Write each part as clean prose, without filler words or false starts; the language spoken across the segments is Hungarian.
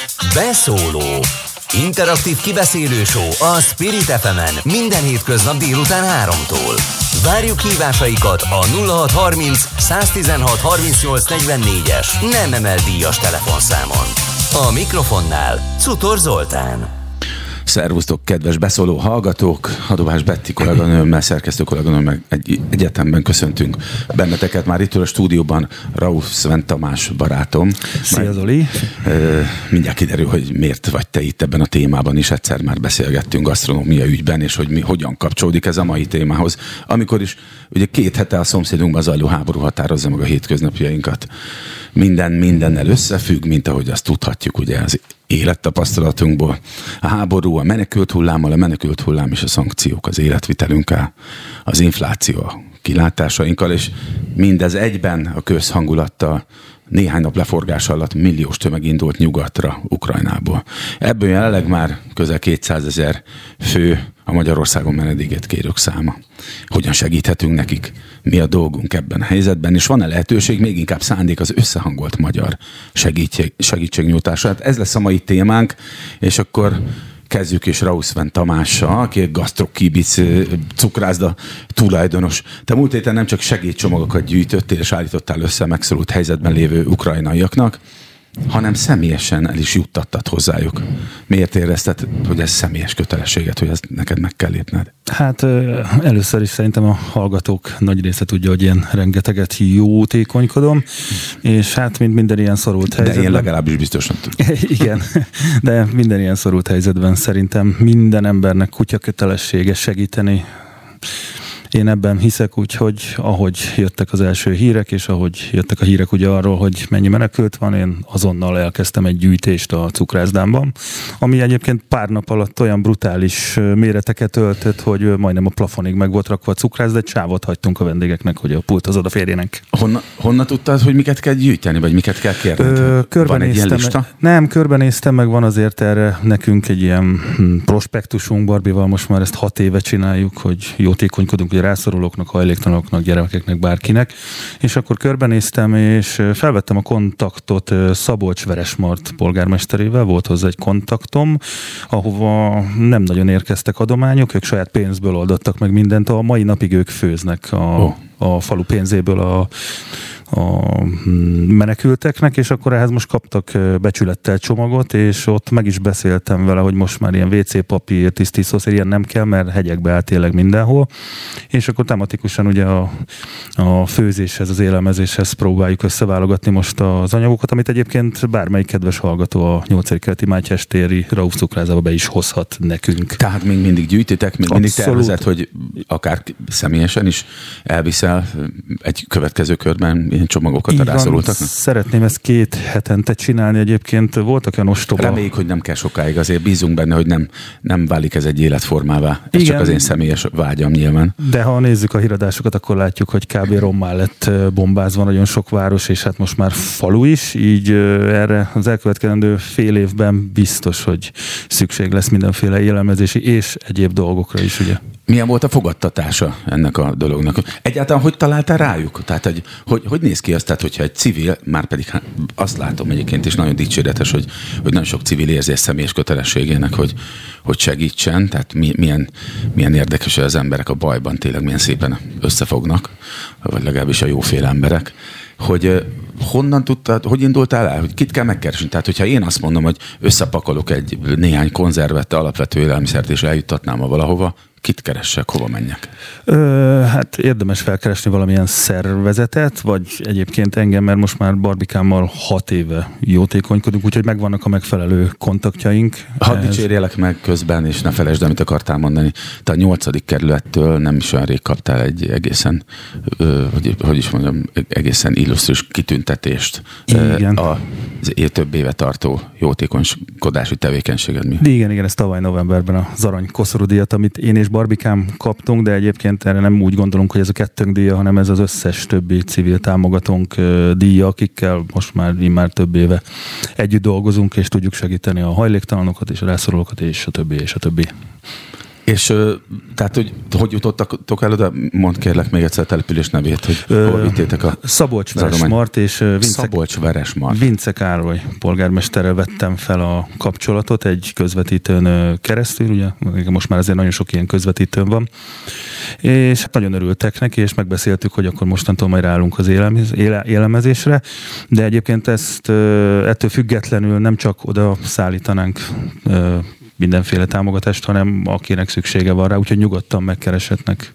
Beszóló. Interaktív kibeszélő show a Spirit FM-en minden hétköznap délután 3-tól. Várjuk hívásaikat a 0630 116 38 44-es nem emel díjas telefonszámon. A mikrofonnál Czutor Zoltán. Szervusztok, kedves beszóló hallgatók! Hadovás Betti kolléganőmmel, szerkesztő kolléganőmmel egyetemben köszöntünk benneteket. Már itt a stúdióban Rauf Sven Tamás barátom. Szia Zoli! Mindjárt kiderül, hogy miért vagy te itt ebben a témában is. Egyszer már beszélgettünk gasztronómia ügyben, és hogy hogyan kapcsolódik ez a mai témához. Amikor is ugye 2 hete a szomszédunkban zajló háború határozza meg a hétköznapjainkat. Mindennel összefügg, mint ahogy azt tudhatjuk ugye az élettapasztalatunkból. A háború, a menekült hullámmal, a menekült hullám és a szankciók az életvitelünkkel, az infláció a kilátásainkkal, és mindez egyben a közhangulattal. Néhány nap leforgás alatt milliós tömeg indult nyugatra, Ukrajnából. Ebből jelenleg már közel 200 000 fő a Magyarországon menedéket kérők száma. Hogyan segíthetünk nekik? Mi a dolgunk ebben a helyzetben? És van-e lehetőség, még inkább szándék az összehangolt magyar segítségnyújtásra? Hát ez lesz a mai témánk, és akkor kezdjük is Rauf Sven Tamással, aki egy gasztrokibic cukrászda tulajdonos. Te múlt héten nem csak segédcsomagokat gyűjtöttél és állítottál össze megszorult helyzetben lévő ukrajnaiaknak, hanem személyesen el is juttattad hozzájuk. Miért érezted, hogy ez személyes kötelességet, hogy ezt neked meg kell lépned? Hát először is szerintem a hallgatók nagy része tudja, hogy én rengeteget jótékonykodom, és hát mint minden ilyen szorult helyzetben... De én legalábbis biztosan tudom. Igen, de minden ilyen szorult helyzetben szerintem minden embernek kutya kötelessége segíteni. Én ebben hiszek, úgyhogy ahogy jöttek az első hírek, és ahogy jöttek a hírek ugye arról, hogy mennyi menekült van, én azonnal elkezdtem egy gyűjtést a cukrászdámban, ami egyébként pár nap alatt olyan brutális méreteket öltött, hogy majdnem a plafonig meg volt rakva a cukrász, de egy sávot hagytunk a vendégeknek, hogy a pulthoz odaférjenek. Honnan tudtad, hogy miket kell gyűjteni, vagy miket kell kérni? Van egy ilyen lista? Nem, körbenéztem, meg van azért erre nekünk egy ilyen prospektusunk, Barbival most már ezt 6 éve csináljuk, hogy jótékonykodunk rászorulóknak, hajléktalanoknak, gyerekeknek, bárkinek. És akkor körbenéztem, és felvettem a kontaktot Szabolcs-Veresmart polgármesterével, volt hozzá egy kontaktom, ahova nem nagyon érkeztek adományok, ők saját pénzből oldottak meg mindent, a mai napig ők főznek a falu pénzéből a menekülteknek, és akkor ehhez most kaptak becsülettel csomagot, és ott meg is beszéltem vele, hogy most már ilyen WC papír, tisztítószer, ilyen nem kell, mert hegyekbe áll tényleg mindenhol, és akkor tematikusan ugye a főzéshez, az élelmezéshez próbáljuk összeválogatni most az anyagokat, amit egyébként bármelyik kedves hallgató a 8-kerületi Mátyás téri Rauf cukrászdába be is hozhat nekünk. Tehát még mindig gyűjtitek, még mindig tervezed, hogy akár személyesen is elviszel egy következő körben ilyen csomagokat a rászorultaknak? Szeretném ezt 2 hetente csinálni egyébként. Voltak olyan ostoba... Reméljük, hogy nem kell sokáig, azért bízunk benne, hogy nem válik ez egy életformává. Ez igen, csak az én személyes vágyam nyilván. De ha nézzük a híradásokat, akkor látjuk, hogy kb. Rommá lett bombázva nagyon sok város, és hát most már falu is, így erre az elkövetkezendő fél évben biztos, hogy szükség lesz mindenféle élelmezési és egyéb dolgokra is, ugye. Milyen volt a fogadtatása ennek a dolognak? Egyáltalán hogy találtál rájuk? Tehát, hogy néz ki az, tehát, hogyha egy civil, már pedig azt látom egyébként, és nagyon dicséretes, hogy nagyon sok civil érzi személyes kötelességének, hogy segítsen, tehát milyen érdekes, hogy az emberek a bajban tényleg milyen szépen összefognak, vagy legalábbis a jóféle emberek, hogy honnan tudtad, hogy indultál el, hogy kit kell megkeresni? Tehát, hogyha én azt mondom, hogy összepakolok néhány konzervet, alapvető élelmiszert, és eljuttatnám valahova, kit keressek, hova menjek? Hát érdemes felkeresni valamilyen szervezetet, vagy egyébként engem, mert most már Barbikámmal 6 éve jótékonykodunk, úgyhogy megvannak a megfelelő kontaktjaink. Hadd dicsérjelek meg közben, és ne felejtsd, amit akartál mondani. Te a 8. kerülettől nem is olyan rég kaptál egy egészen, hogy is mondjam, egészen illusztris kitüntetést. Igen. Az több éve tartó jótékonykodási tevékenységed mi? Igen, ez tavaly novemberben az Arany Koszorú díjat, amit én és Barbikám kaptunk, de egyébként erre nem úgy gondolunk, hogy ez a kettőnk díja, hanem ez az összes többi civil támogatónk díja, akikkel most már több éve együtt dolgozunk, és tudjuk segíteni a hajléktalanokat és a rászorulókat, és a többi, és a többi. És tehát, hogy jutottak el oda? Mondd kérlek még egyszer a település nevét, hogy hol vittétek a Szabolcs-Veresmart és Vince Károly polgármesterrel vettem fel a kapcsolatot egy közvetítőn keresztül, ugye most már azért nagyon sok ilyen közvetítőn van, és nagyon örültek neki, és megbeszéltük, hogy akkor mostantól majd ráállunk az élelmezésre, de egyébként ezt ettől függetlenül nem csak oda szállítanánk mindenféle támogatást, hanem akinek szüksége van rá, úgyhogy nyugodtan megkereshetnek.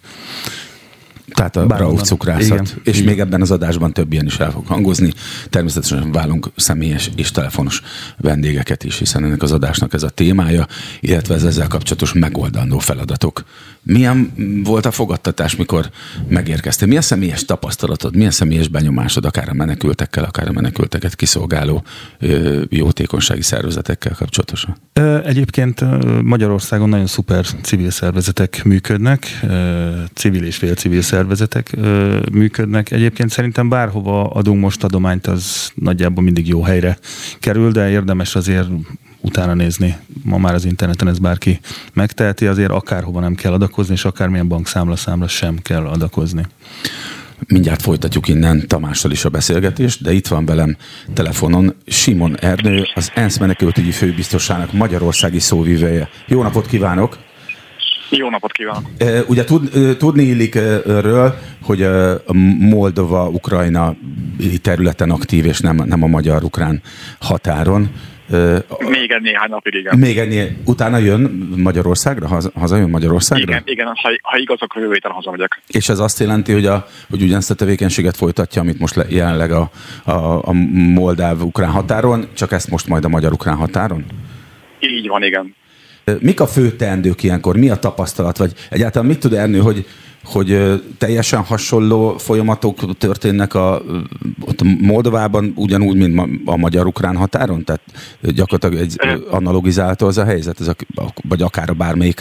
Tehát a Rauf cukrászat. Igen, és igen. Még ebben az adásban több ilyen is el fog hangozni. Természetesen válunk személyes és telefonos vendégeket is, hiszen ennek az adásnak ez a témája, illetve ez ezzel kapcsolatos megoldandó feladatok. Milyen volt a fogadtatás, mikor megérkeztél? Milyen személyes tapasztalatod, milyen személyes benyomásod, akár a menekültekkel, akár a menekülteket kiszolgáló jótékonysági szervezetekkel kapcsolatosan? Egyébként Magyarországon nagyon szuper civil szervezetek működnek, civil és félcivil szervezetek működnek. Egyébként szerintem bárhova adunk most adományt, az nagyjából mindig jó helyre kerül, de érdemes azért utána nézni. Ma már az interneten ez bárki megteheti, azért akárhova nem kell adakozni, és akármilyen bankszámla sem kell adakozni. Mindjárt folytatjuk innen Tamással is a beszélgetést, de itt van velem telefonon Simon Ernő, az ENSZ menekültügyi főbiztosának magyarországi szóvivője. Jó napot kívánok! Jó napot kívánok! Ugye tudni illik erről, hogy Moldova, Ukrajna területen aktív, és nem a magyar-ukrán határon. Még egy néhány napig, igen. Utána jön Magyarországra? Hazajön Magyarországra? Igen, ha igaz, akkor jövő héten hazamegyek. És ez azt jelenti, hogy ugyanezt a tevékenységet folytatja, amit most jelenleg a moldáv-ukrán határon, csak ezt most majd a magyar-ukrán határon? Így van, igen. Mik a fő teendők ilyenkor? Mi a tapasztalat? Vagy egyáltalán mit tud Ernő, hogy teljesen hasonló folyamatok történnek ott Moldovában, ugyanúgy, mint a magyar-ukrán határon? Tehát gyakorlatilag analogizálható az a helyzet, vagy akár a bármelyik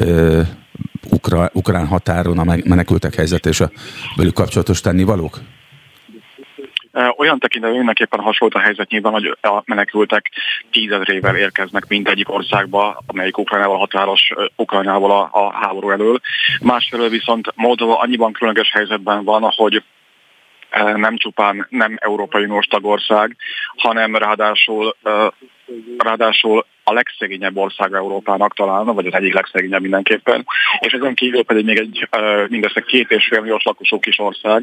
ukrán határon a menekültek helyzet és a velük kapcsolatos tennivalók? Olyan tekintetben mindenképpen hasonló a helyzet nyilván, hogy a menekültek 10 000-ével érkeznek mindegyik országba, amelyik Ukrajnával határos, Ukrajnával a háború elől. Másfelől viszont Moldova annyiban különleges helyzetben van, hogy nem csupán nem Európai Uniós tagország, hanem ráadásul a legszegényebb ország Európának talán, vagy az egyik legszegényebb mindenképpen, és ezen kívül pedig még egy mindössze 2,5 milliós lakosú kis ország,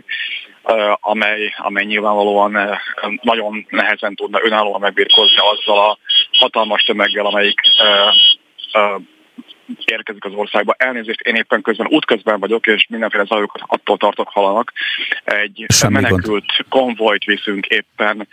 amely nyilvánvalóan nagyon nehezen tudna önállóan megbirkózni azzal a hatalmas tömeggel, amelyik érkezik az országba. Elnézést, én éppen útközben vagyok, és mindenféle zajokat attól tartok hallanak. Egy menekült konvojt viszünk éppen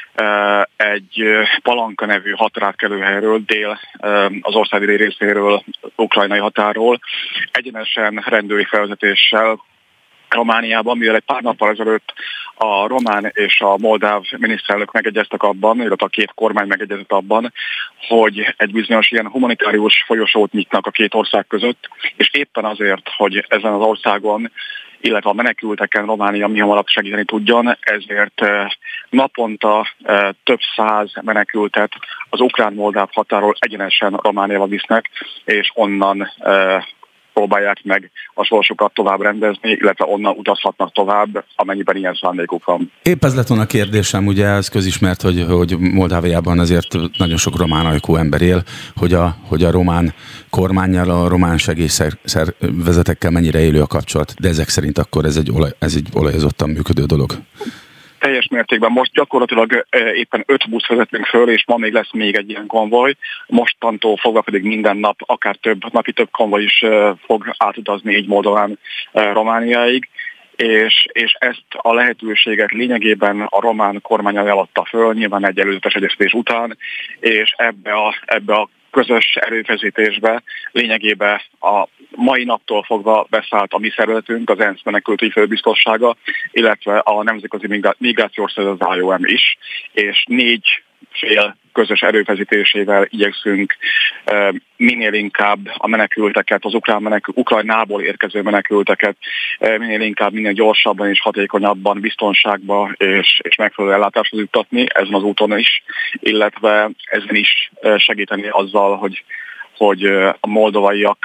egy Palanka nevű határátkelőhelyről, az ország déli részéről, ukrajnai határról, egyenesen rendőri felvezetéssel Romániában, mivel egy pár nappal ezelőtt a román és a moldáv miniszterelnök megegyeztek abban, illetve a két kormány megegyezett abban, hogy egy bizonyos ilyen humanitárius folyosót nyitnak a két ország között, és éppen azért, hogy ezen az országon, illetve a menekülteken Románia mihamarabb segíteni tudjon, ezért naponta több száz menekültet az ukrán-moldáv határól egyenesen Romániába visznek, és onnan próbálják meg a sorsukat tovább rendezni, illetve onnan utazhatnak tovább, amennyiben ilyen szándékuk van. Épp ez lett volna a kérdésem, ugye ez közismert, hogy Moldáviában azért nagyon sok román ajkú ember él, hogy a román kormánnyal, a román segélyszervezetekkel mennyire élő a kapcsolat, de ezek szerint akkor ez egy olajozottan működő dolog. Teljes mértékben. Most gyakorlatilag éppen 5 busz vezetünk föl, és ma még lesz még egy ilyen konvoj. Mostantól fogva pedig minden nap, akár napi több konvoj is fog átutazni így Moldován Romániáig. És ezt a lehetőséget lényegében a román kormány ajánlotta föl, nyilván egy előzetes egyeztetés után, és ebbe a közös erőfeszítésbe lényegében a mai naptól fogva beszállt a mi szervezetünk, az ENSZ menekültügyi főbiztossága, illetve a Nemzetközi Migrációs Szervezet, az IOM is, és 4 fél közös erőfeszítésével igyekszünk minél inkább a menekülteket, az Ukrajnából érkező menekülteket minél inkább, minél gyorsabban és hatékonyabban biztonságba és megfelelő ellátáshoz juttatni ezen az úton is, illetve ezen is segíteni azzal, hogy a moldovaiak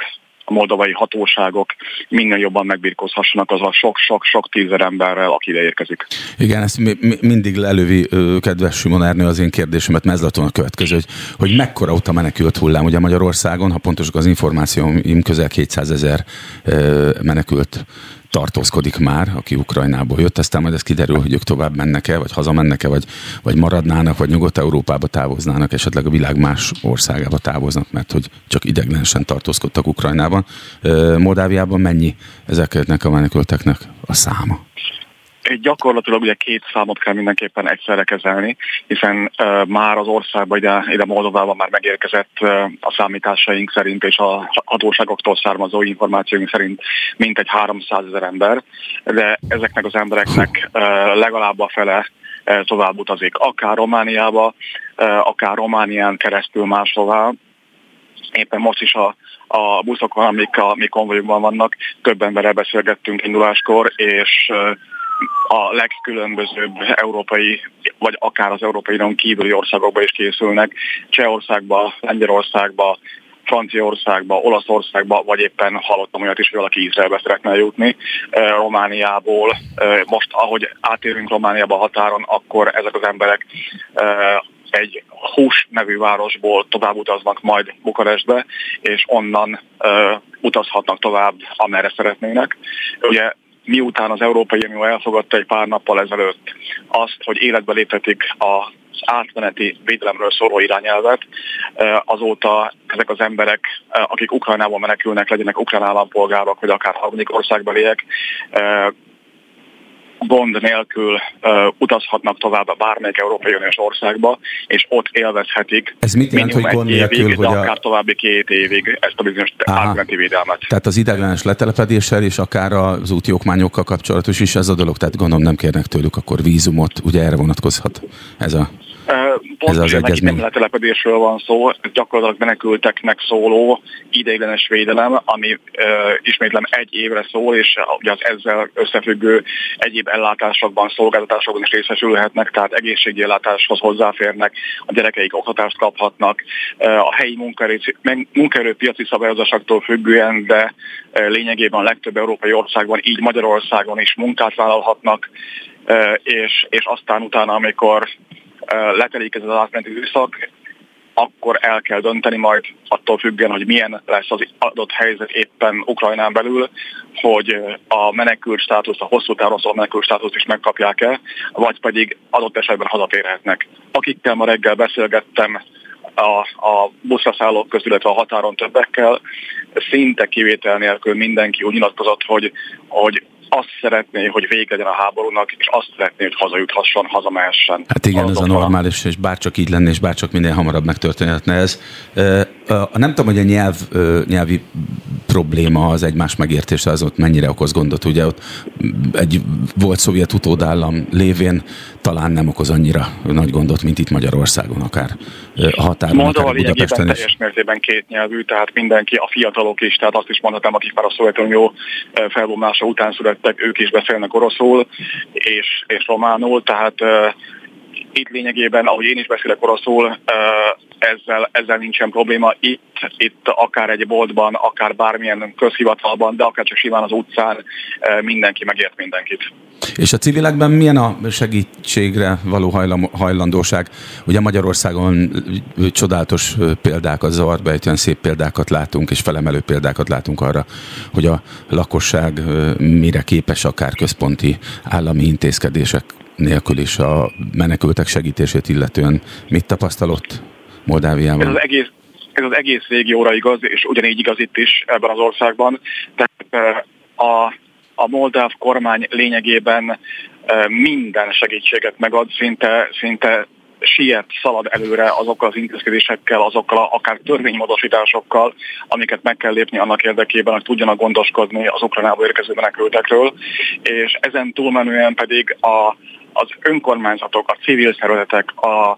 moldovai hatóságok minél jobban megbirkózhassanak az a sok tízezer emberrel, aki ide érkezik. Igen, ezt mindig lelövi, kedves Simon Ernő, az én kérdésemet, mezlaton a következő, hogy mekkora óta menekült hullám ugye Magyarországon, ha pontosak az információim, közel 200 000 menekült tartózkodik már, aki Ukrajnából jött, aztán majd ez kiderül, hogy ők tovább mennek-e, vagy hazamennek-e, vagy maradnának, vagy Nyugat-Európába távoznának, esetleg a világ más országába távoznak, mert hogy csak ideiglenesen tartózkodtak Ukrajnában. Moldáviában mennyi ezeknek a menekülteknek a száma? Gyakorlatilag ugye két számot kell mindenképpen egyszerre kezelni, hiszen már az országban, ide Moldovában már megérkezett a számításaink szerint és a hatóságoktól származó információink szerint mintegy 300 000 ember, de ezeknek az embereknek legalább a fele tovább utazik, akár Romániába, akár Románián keresztül máshová. Éppen most is a buszokon, amik a mi konvojukban vannak, több emberrel beszélgettünk induláskor, és a legkülönbözőbb európai, vagy akár az Európai Unión kívüli országokba is készülnek. Csehországba, Lengyelországba, Franciaországba, Olaszországba, vagy éppen hallottam olyat is, hogy valaki Izraelbe szeretne jutni. Romániából, most ahogy átérünk Romániába a határon, akkor ezek az emberek egy Hus nevű városból tovább utaznak majd Bukarestbe, és onnan utazhatnak tovább, amerre szeretnének. Ugye miután az Európai Unió elfogadta egy pár nappal ezelőtt azt, hogy életbe léptetik az átmeneti védelemről szóló irányelvet, azóta ezek az emberek, akik Ukrajnából menekülnek, legyenek ukrán állampolgárok, vagy akár harmadik országbeliek, gond nélkül utazhatnak tovább bármelyik Európai Uniós országba, és ott élvezhetik. Ez mit jelent, hogy gond nélkül, évig, hogy akár további 2 évig ezt a bizonyos átmeneti védelmet. Tehát az ideiglenes letelepedéssel és akár az úti okmányokkal kapcsolatos is ez a dolog, tehát gondolom nem kérnek tőlük akkor vízumot, ugye erre vonatkozhat ez az egyezmény. Nem letelepedésről van szó, gyakorlatilag menekülteknek szóló ideiglenes védelem, ami ismétlem 1 évre szól, és ugye az ezzel összefüggő egyéb ellátásokban, szolgáltatásokban is részesülhetnek, tehát egészségügyi ellátáshoz hozzáférnek, a gyerekeik oktatást kaphatnak, a helyi munkaerőpiaci szabályozásoktól függően, de lényegében a legtöbb európai országban, így Magyarországon is munkát vállalhatnak, és aztán utána, amikor letelik ez az átmeneti időszak, akkor el kell dönteni majd attól függően, hogy milyen lesz az adott helyzet éppen Ukrajnán belül, hogy a menekült státuszt, a hosszú távon szóló menekült státuszt is megkapják-e, vagy pedig adott esetben hazatérhetnek. Akikkel ma reggel beszélgettem a buszra szállók közül, illetve a határon többekkel, szinte kivétel nélkül mindenki úgy nyilatkozott, hogy azt szeretné, hogy vége legyen a háborúnak, és azt szeretné, hogy hazajuthasson, hazamehessen. Hát igen, ez a normális, és bárcsak így lenne, és bárcsak minél hamarabb megtörténhetne ez. Nem tudom, hogy a nyelvi probléma, az egymás megértése az ott mennyire okoz gondot. Ugye ott egy volt szovjet utódállam lévén talán nem okoz annyira nagy gondot, mint itt Magyarországon, akár a határon, Moldova akár Budapesten is. Teljes mértékben kétnyelvű, tehát mindenki, a fiatalok is, tehát azt is mondhatnám, akik már a Szovjetunió felbomlása után születtek, ők is beszélnek oroszul és románul, tehát itt lényegében, ahogy én is beszélek oroszul, ezzel nincsen probléma. Itt akár egy boltban, akár bármilyen közhivatalban, de akár csak simán az utcán mindenki megért mindenkit. És a civilekben milyen a segítségre való hajlandóság? Ugye Magyarországon csodálatos példákat, zavarbejtően szép példákat látunk, és felemelő példákat látunk arra, hogy a lakosság mire képes akár központi állami intézkedések nélkül is a menekültek segítését illetően. Mit tapasztalott Moldáviában? Ez az egész régióra igaz, és ugyanígy igaz itt is ebben az országban. Tehát a moldáv kormány lényegében minden segítséget megad, szinte siet, szalad előre azokkal az intézkedésekkel, azokkal akár törvénymódosításokkal, amiket meg kell lépni annak érdekében, hogy tudjanak gondoskodni az Ukrajnából érkező menekültekről, és ezen túlmenően pedig az önkormányzatok, a civil szervezetek,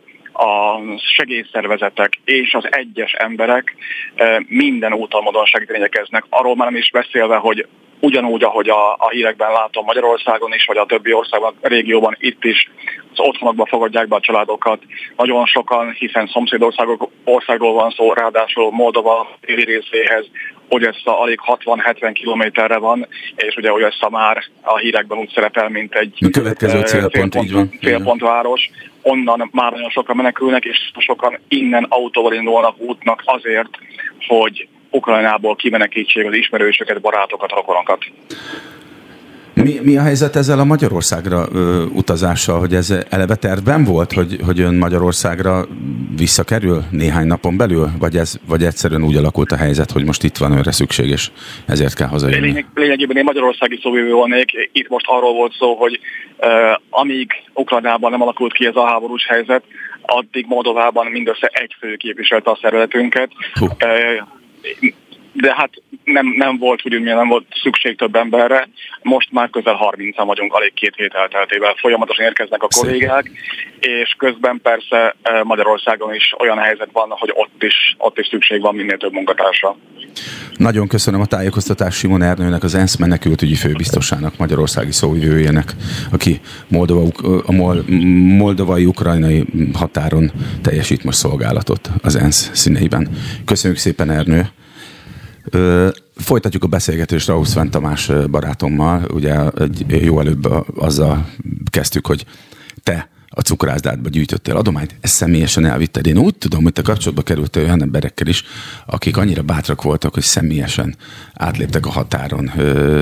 a segélyszervezetek és az egyes emberek minden úton módon segíteni igyekeznek. Arról már nem is beszélve, hogy ugyanúgy, ahogy a hírekben látom Magyarországon is, vagy a többi országban, a régióban, itt is az otthonokba fogadják be a családokat. Nagyon sokan, hiszen szomszédországról van szó, ráadásul Moldova déli részéhez Odessa alig 60-70 kilométerre van, és ugye Odessa már a hírekben úgy szerepel, mint egy következő célpontváros. Onnan már nagyon sokan menekülnek, és sokan innen autóval indulnak útnak azért, hogy Ukrajnából kimenekítsék az ismerősöket, barátokat, rokonokat. Mi a helyzet ezzel a Magyarországra utazással, hogy ez eleve tervben volt, hogy ön Magyarországra visszakerül néhány napon belül, vagy egyszerűen úgy alakult a helyzet, hogy most itt van önre szükség, és ezért kell hazajönni? Lényegében én magyarországi szóvivő volnék. Itt most arról volt szó, hogy amíg Ukrajnában nem alakult ki ez a háborús helyzet, addig Moldovában mindössze egy fő képviselte a szervezetünket. De hát nem volt, nem volt szükség több emberre. Most már közel 30-an vagyunk, alig 2 hét elteltével. Folyamatosan érkeznek a kollégák, és közben persze Magyarországon is olyan helyzet van, hogy ott is szükség van minél több munkatársra. Nagyon köszönöm a tájékoztatást Simon Ernőnek, az ENSZ menekültügyi főbiztosának, magyarországi szóvivőjének, aki a moldovai-ukrajnai határon teljesít most szolgálatot az ENSZ színeiben. Köszönjük szépen, Ernő! Folytatjuk a beszélgetést Rausz Sven Tamás barátommal. Ugye jó előbb azzal kezdtük, hogy te a cukrászdádba gyűjtöttél adományt, ezt személyesen elvitted. Én úgy tudom, hogy te kapcsolatba kerültél olyan emberekkel is, akik annyira bátrak voltak, hogy személyesen átléptek a határon.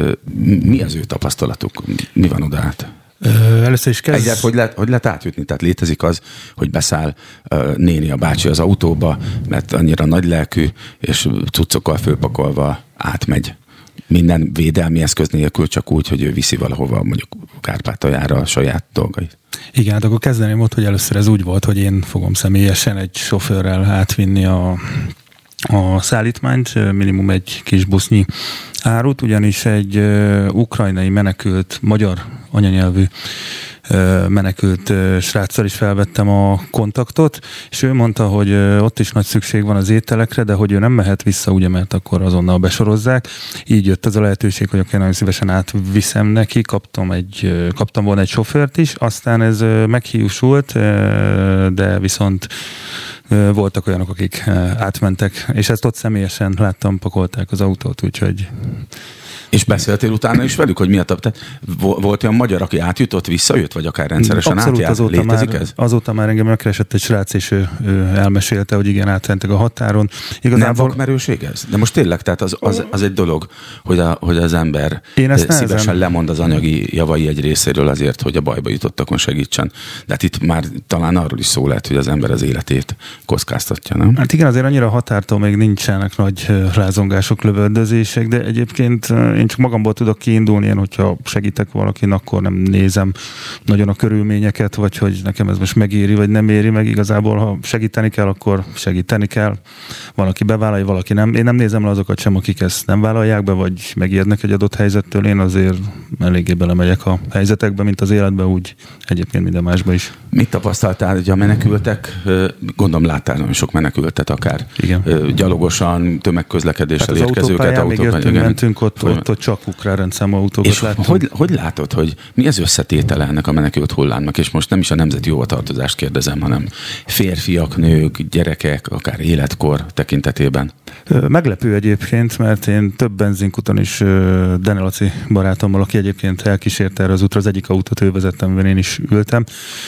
Mi az ő tapasztalatuk? Mi van oda át? Először is kezd... Egyáltalán, hogy lehet átjutni? Tehát létezik az, hogy beszáll néni, a bácsi az autóba, mert annyira nagylelkű, és cuccokkal fölpakolva átmegy. Minden védelmi eszköz nélkül, csak úgy, hogy ő viszi valahova, mondjuk Kárpátaljára a saját dolgait. Igen, hát akkor kezdeném ott, hogy először ez úgy volt, hogy én fogom személyesen egy sofőrrel átvinni a szállítmányt, minimum egy kis busznyi árut, ugyanis egy ukrajnai menekült, magyar anyanyelvű menekült sráccal is felvettem a kontaktot, és ő mondta, hogy ott is nagy szükség van az ételekre, de hogy ő nem mehet vissza, ugye, mert akkor azonnal besorozzák. Így jött az a lehetőség, hogy nagyon szívesen átviszem neki, kaptam volna egy sofőrt is, aztán ez meghiúsult, de viszont voltak olyanok, akik átmentek, és ezt ott személyesen láttam, pakolták az autót, úgyhogy... És beszéltél utána is velük, hogy mi a volt olyan magyar, aki átjutott, visszajött, vagy akár rendszeresen átjár? Létezik ez? Azóta már engem megkeresett egy srác, és ő elmesélte, hogy igen, átmentek a határon. Igazából... Nem vakmerőség ez? De most tényleg, tehát az egy dolog, hogy az ember szívesen lemond az anyagi javai egy részéről azért, hogy a bajba jutottakon segítsen. De hát itt már talán arról is szó lehet, hogy az ember az életét kockáztatja, nem? Hát igen, azért annyira határtól még nincsenek nagy rázongások, lövöldözések, de egyébként én csak magamból tudok kiindulni, én, hogyha segítek valakin, akkor nem nézem nagyon a körülményeket, vagy hogy nekem ez most megéri, vagy nem éri meg. Igazából, ha segíteni kell, akkor segíteni kell. Valaki bevállalja, valaki nem. Én nem nézem le azokat sem, akik ezt nem vállalják be, vagy megijednek egy adott helyzettől. Én azért eléggé belemegyek a helyzetekbe, mint az életbe, úgy egyébként minden másba is. Mit tapasztaltál, hogy a menekültek, gondolom láttál nagyon sok menekültet akár, igen, gyalogosan, tömegközlekedéssel érkezőket, autókkal. Mentünk, ott csak ukrán rendszámú autókat láttunk. Hogy látod, hogy mi az összetétele ennek a menekült hullámnak, és most nem is a nemzeti jóvatartozást kérdezem, hanem férfiak, nők, gyerekek, akár életkor tekintetében? Meglepő egyébként, mert én több benzinkuton is Dene Laci barátommal, aki egyébként elkísérte erre az útra, az egyik autót ő vezettem, mert én is ültem.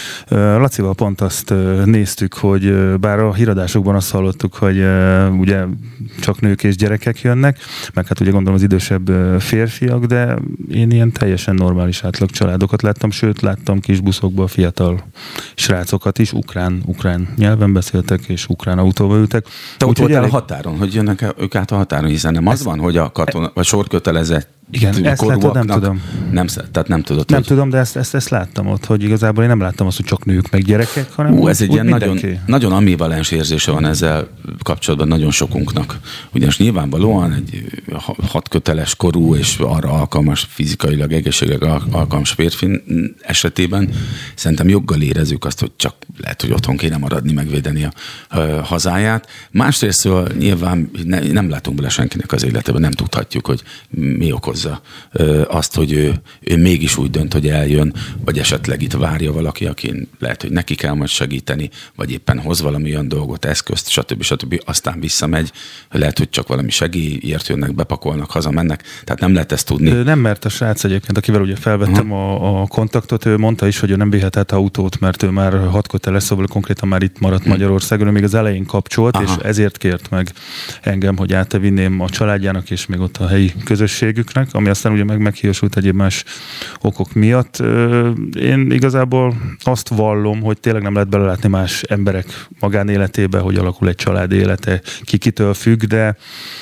Lacival pont azt néztük, hogy bár a híradásokban azt hallottuk, hogy ugye csak nők és gyerekek jönnek, meg hát ugye gondolom az idősebb férfiak, de én ilyen teljesen normális átlag családokat láttam, sőt láttam kis buszokban fiatal srácokat is, ukrán nyelven beszéltek, és ukrán autóba ültek. Te ott voltál a határon, hogy jönnek ők át a határon, hiszen nem az van, hogy a katona, vagy sorkötelezett igen, ezt látod, nem tudom. Tehát nem tudod, nem tudom, de ezt láttam ott, hogy igazából én nem láttam azt, hogy csak nők meg gyerekek, hanem ez egy ilyen nagyon ambivalens érzése van ezzel kapcsolatban nagyon sokunknak. Ugyanis nyilvánvalóan egy 6 köteles korú és arra alkalmas, fizikailag, egészségileg alkalmas férfi esetében szerintem joggal érezzük azt, hogy csak lehet, hogy otthon kéne maradni, megvédeni a hazáját. Másrésztről nyilván nem látunk bele senkinek az életében, nem tudhatjuk, hogy mi okoz okozza azt, hogy ő mégis úgy dönt, hogy eljön, vagy esetleg itt várja valaki, akin lehet, hogy neki kell majd segíteni, vagy éppen hoz valami olyan dolgot, eszközt, stb. Aztán visszamegy, lehet, hogy csak valami segélyért jönnek, bepakolnak, hazamennek, tehát nem lehet ezt tudni. Nem mert a srác egyébként, akivel ugye felvettem a kontaktot, ő mondta is, hogy ő nem vihetett autót, mert ő már 6 köteles, szóval konkrétan már itt maradt Magyarországon, ő még az elején kapcsolt, és ezért kért meg engem, hogy átvinném a családjának, és még ott a helyi közösségüknek, ami aztán ugye meghiúsult egyéb más okok miatt. Én igazából azt vallom, hogy tényleg nem lehet belelátni más emberek magánéletébe, hogy alakul egy család élete, kitől függ, de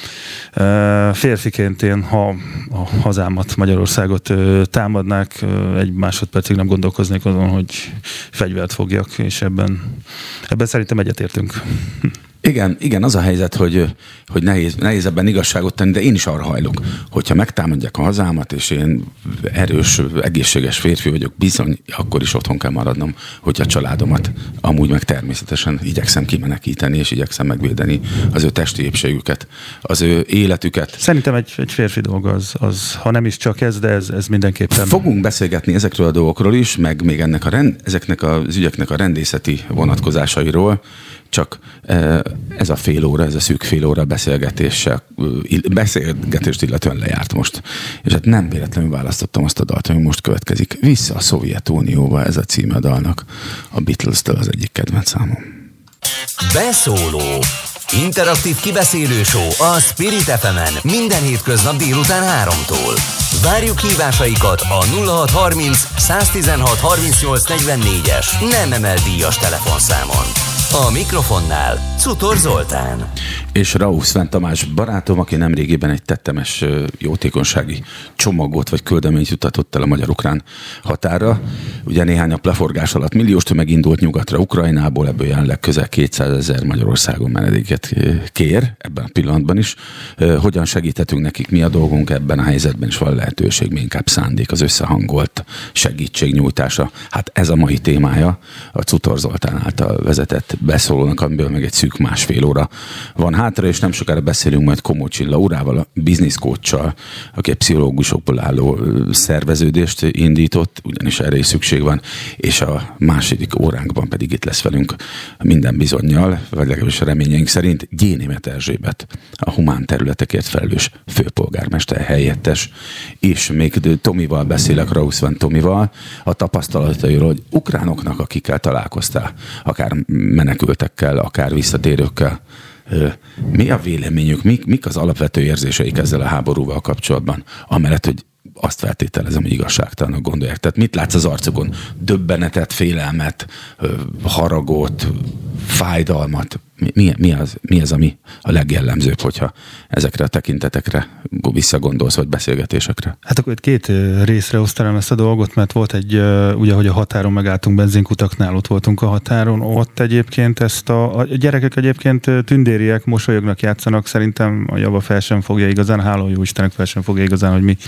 férfiként én, ha a hazámat, Magyarországot támadnák, egy másodpercig nem gondolkoznék azon, hogy fegyvert fogjak, és ebben szerintem egyetértünk. Igen, az a helyzet, hogy nehéz ebben igazságot tenni, de én is arra hajlok, hogyha megtámadják a hazámat, és én erős, egészséges férfi vagyok, bizony, akkor is otthon kell maradnom, hogy a családomat amúgy meg természetesen igyekszem kimenekíteni, és igyekszem megvédeni az ő testi épségüket, az ő életüket. Szerintem egy férfi dolog az, ha nem is csak ez, de ez mindenképpen. Fogunk beszélgetni ezekről a dolgokról is, meg még ezeknek az ügyeknek a rendészeti vonatkozásairól, csak ez a fél óra, ez a szűk fél óra beszélgetést illetően lejárt most. És hát nem véletlenül választottam azt a dalt, ami most következik. Vissza a Szovjetunióba, ez a címe a dalnak. A Beatles-től az egyik kedvenc számom. Beszóló. Interaktív kibeszélő show a Spirit FM-en minden hétköznap délután 3-tól. Várjuk hívásaikat a 0630 116 38 44-es nem emel díjas telefonszámon. A mikrofonnál Cutor Zoltán. És Rauch Sven Tamás barátom, aki nemrégiben egy tettemes jótékonysági csomagot vagy küldeményt jutatott el a magyar-ukrán határra. Ugye néhány nap leforgás alatt milliós tömeg indult nyugatra Ukrajnából, ebből jelenleg közel 200 000 Magyarországon menedéket kér, ebben a pillanatban is. Hogyan segíthetünk nekik, mi a dolgunk ebben a helyzetben, és van lehetőség, mi inkább szándék, az összehangolt segítségnyújtása. Hát ez a mai témája a Cutor Zoltán által vezetett beszólónak, amiből meg egy szűk másfél óra van hátra, és nem sokára beszélünk majd Komócsin Laurával, a business coach-sal, aki egy pszichológusokból álló szerveződést indított, ugyanis erre is szükség van, és a második óránkban pedig itt lesz velünk minden bizonnyal, vagy legalábbis a reményeink szerint Gyénémet Erzsébet, a humán területekért felelős főpolgármester helyettes, és még Tomival beszélek, Rauch Sven Tomival, a tapasztalatairól, hogy ukránoknak, akikkel találkoztál, akár menekültekkel, akár visszatérőkkel, mi a véleményük, mik az alapvető érzéseik ezzel a háborúval kapcsolatban, amellett, hogy azt feltételezem, hogy igazságtalanok gondolják. Tehát mit látsz az arcokon? Döbbenetet, félelmet, haragot, fájdalmat? Mi az, ami a legjellemzőbb, hogyha ezekre a tekintetekre visszagondolsz, vagy beszélgetésekre? Hát akkor itt két részre osztanám ezt a dolgot, mert volt egy, ugye, hogy a határon megálltunk benzinkutaknál, ott voltunk a határon, ott egyébként a gyerekek egyébként tündériek, mosolyognak, játszanak, szerintem a java fel sem fogja igazán, hála jó Istennek fel sem fogja igazán, hogy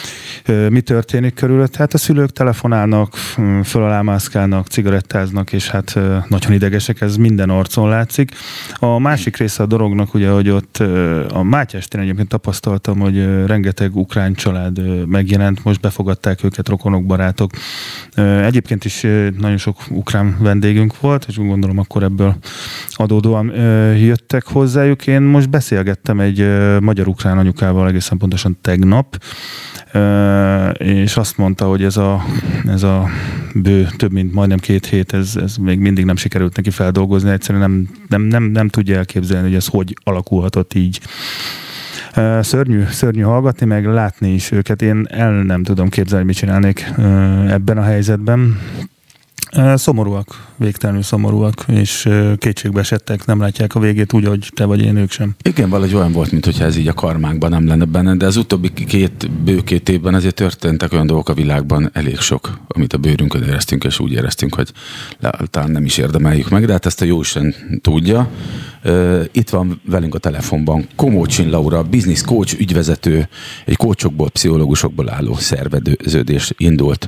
mi történik körülött. Hát a szülők telefonálnak, föl alá mászkálnak, cigarettáznak, és hát nagyon idegesek, ez minden arcon látszik. A másik része a dolognak, ugye, hogy ott a Mátyástén egyébként tapasztaltam, hogy rengeteg ukrán család megjelent, most befogadták őket rokonok, barátok. Egyébként is nagyon sok ukrán vendégünk volt, és gondolom akkor ebből adódóan jöttek hozzájuk. Én most beszélgettem egy magyar-ukrán anyukával egészen pontosan tegnap, és azt mondta, hogy ez a bő több mint majdnem 2 hét, ez még mindig nem sikerült neki feldolgozni, egyszerűen nem tudja elképzelni, hogy ez hogy alakulhatott így. Szörnyű hallgatni, meg látni is őket. Én nem tudom képzelni, mit csinálnék ebben a helyzetben. Szomorúak, végtelenül szomorúak, és kétségbe esettek, nem látják a végét úgy, hogy te vagy én, ők sem. Igen, valahogy olyan volt, mintha ez így a karmánkban nem lenne benne, de az utóbbi bő két évben azért történtek olyan dolgok a világban, elég sok, amit a bőrünkön éreztünk, és úgy éreztünk, hogy talán nem is érdemeljük meg, de hát ezt a jóisten tudja. Itt van velünk a telefonban Komócsin Laura, business coach, ügyvezető, egy coachokból, pszichológusokból álló szerveződés indult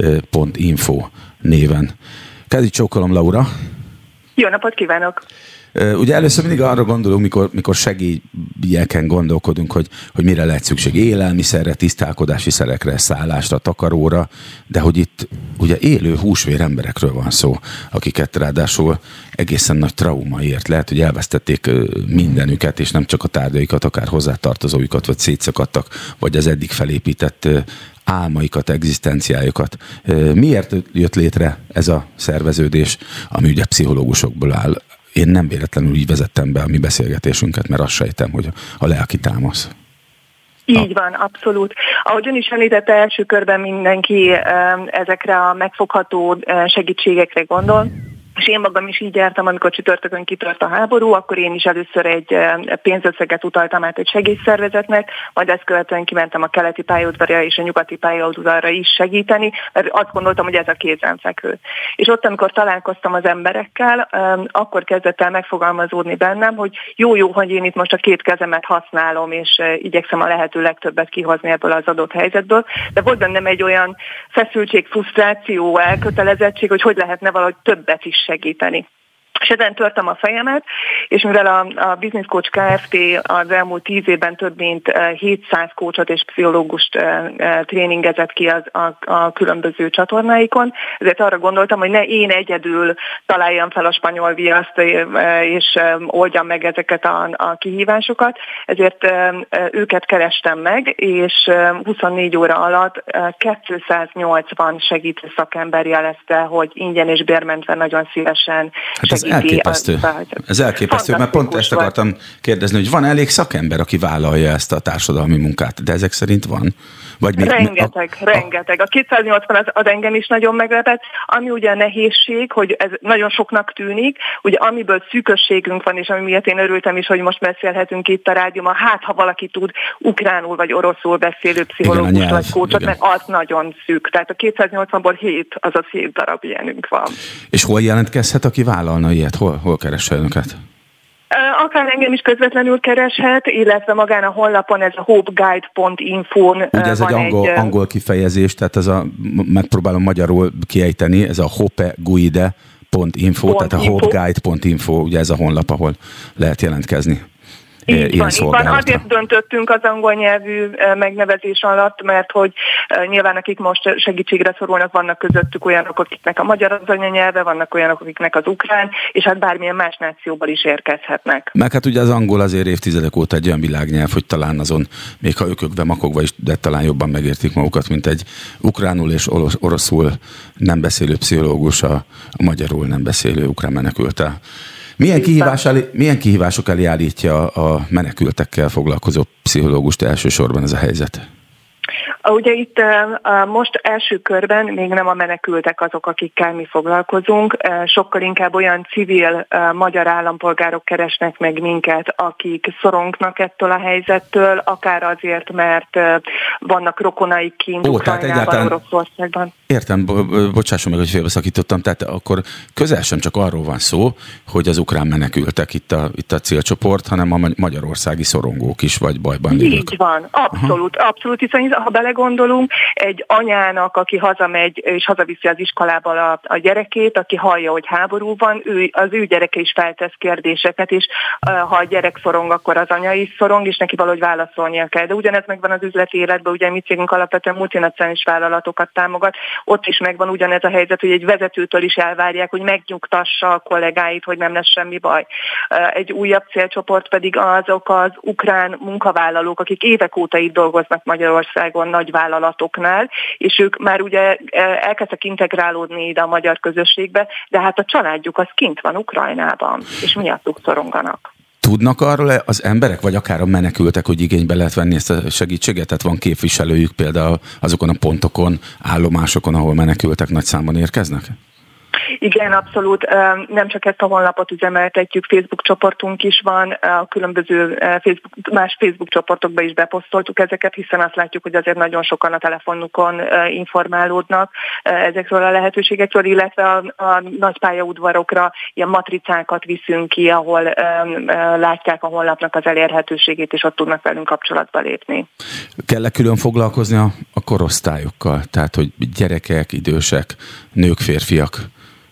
hopeguide.info néven. Kezdj csókolom, Laura! Jó napot kívánok! Ugye először mindig arra gondolunk, mikor segélyeken gondolkodunk, hogy mire lehet szükség. Élelmiszerre, tisztálkodási szerekre, szállásra, takaróra, de hogy itt ugye élő húsvér emberekről van szó, akiket ráadásul egészen nagy trauma ért. Lehet, hogy elvesztették mindenüket, és nem csak a tárgyaikat, akár hozzátartozóikat, vagy szétszakadtak, vagy az eddig felépített álmaikat, egzisztenciájukat. Miért jött létre ez a szerveződés, ami ugye pszichológusokból áll? Én nem véletlenül így vezettem be a mi beszélgetésünket, mert azt sejtem, hogy a lelki támasz. Így van, abszolút. Ahogy ön is említette, első körben mindenki ezekre a megfogható segítségekre gondol, és én magam is így jártam, amikor csütörtökön kitört a háború, akkor én is először egy pénzösszeget utaltam át egy segélyszervezetnek, majd ezt követően kimentem a keleti pályaudvarra és a nyugati pályaudvarra is segíteni, mert azt gondoltam, hogy ez a kézenfekvő. És ott, amikor találkoztam az emberekkel, akkor kezdett el megfogalmazódni bennem, hogy jó, hogy én itt most a két kezemet használom, és igyekszem a lehető legtöbbet kihozni ebből az adott helyzetből, de volt bennem egy olyan feszültség, frusztráció, elkötelezettség, hogy lehetne valahogy többet is segíteni. És ezen törtem a fejemet, és mivel a Business Coach Kft. Az elmúlt 10 évben több mint 700 coachot és pszichológust tréningezett ki a különböző csatornáikon, ezért arra gondoltam, hogy ne én egyedül találjam fel a spanyol viaszt, és oldjam meg ezeket a kihívásokat, ezért őket kerestem meg, és 24 óra alatt 280 segítő szakember jelezte, hogy ingyen és bérmentve nagyon szívesen segíti. Ez elképesztő, mert pont ezt akartam kérdezni, hogy van elég szakember, aki vállalja ezt a társadalmi munkát, de ezek szerint van? Vagy Rengeteg. A 280 az engem is nagyon meglepett, ami ugye a nehézség, hogy ez nagyon soknak tűnik, ugye amiből szűkösségünk van, és ami miatt én örültem is, hogy most beszélhetünk itt a rádióban, ha valaki tud ukránul vagy oroszul beszélő pszichológus vagy coachot, mert az nagyon szűk. Tehát a 280-ból 7 darab ilyenünk van. És hol jelentkezhet, aki vállalna ilyet? Hol keresse önöket? Akár engem is közvetlenül kereshet, illetve magán a honlapon ez a hopeguide.info-n. Ugye ez egy angol kifejezés, tehát megpróbálom magyarul kiejteni, ez a hopeguide.info, tehát a hopeguide.info, ugye ez a honlap, ahol lehet jelentkezni. Így van. Azért döntöttünk az angol nyelvű megnevezés alatt, mert hogy nyilván akik most segítségre szorulnak, vannak közöttük olyanok, akiknek a magyar az anyanyelve, vannak olyanok, akiknek az ukrán, és hát bármilyen más nációból is érkezhetnek. Meg hát ugye az angol azért évtizedek óta egy olyan világnyelv, hogy talán azon, még ha ökökbe makogva is, de talán jobban megértik magukat, mint egy ukránul és oroszul nem beszélő pszichológus a magyarul nem beszélő ukrán menekülttel. Milyen kihívások elé állítja a menekültekkel foglalkozó pszichológust elsősorban ez a helyzet? Ugye itt most első körben még nem a menekültek azok, akikkel mi foglalkozunk, sokkal inkább olyan civil magyar állampolgárok keresnek meg minket, akik szorongnak ettől a helyzettől, akár azért, mert vannak rokonaik kint Ukrajnában, Oroszországban. Értem, bocsásson meg, hogy félbeszakítottam, tehát akkor közel sem csak arról van szó, hogy az ukrán menekültek itt a célcsoport, hanem a magyarországi szorongók is, vagy bajban lévők. Így van, abszolút, hiszen ha belegondolunk, egy anyának, aki hazamegy és hazaviszi az iskolába a gyerekét, aki hallja, hogy háború van, az ő gyereke is feltesz kérdéseket, és ha a gyerek szorong, akkor az anya is szorong, és neki valahogy válaszolnia kell. De ugyanez megvan az üzleti életben, ugye mi cégünk alapvetően multinacionális vállalatokat támogat, ott is megvan ugyanez a helyzet, hogy egy vezetőtől is elvárják, hogy megnyugtassa a kollégáit, hogy nem lesz semmi baj. Egy újabb célcsoport pedig azok az ukrán munkavállalók, akik évek óta itt dolgoznak Magyarországon nagy vállalatoknál, és ők már ugye elkezdtek integrálódni ide a magyar közösségbe, de hát a családjuk az kint van Ukrajnában, és miattuk szoronganak. Tudnak arról az emberek, vagy akár a menekültek, hogy igénybe lehet venni ezt a segítséget? Tehát van képviselőjük például azokon a pontokon, állomásokon, ahol menekültek nagy számban érkeznek? Igen, abszolút. Nem csak ezt a honlapot üzemeltetjük, Facebook csoportunk is van, a különböző más Facebook csoportokba is beposztoltuk ezeket, hiszen azt látjuk, hogy azért nagyon sokan a telefonukon informálódnak ezekről a lehetőségekről, illetve a nagy pályaudvarokra ilyen matricákat viszünk ki, ahol látják a honlapnak az elérhetőségét, és ott tudnak velünk kapcsolatba lépni. Kell-e külön foglalkozni a korosztályokkal? Tehát, hogy gyerekek, idősek, nők, férfiak?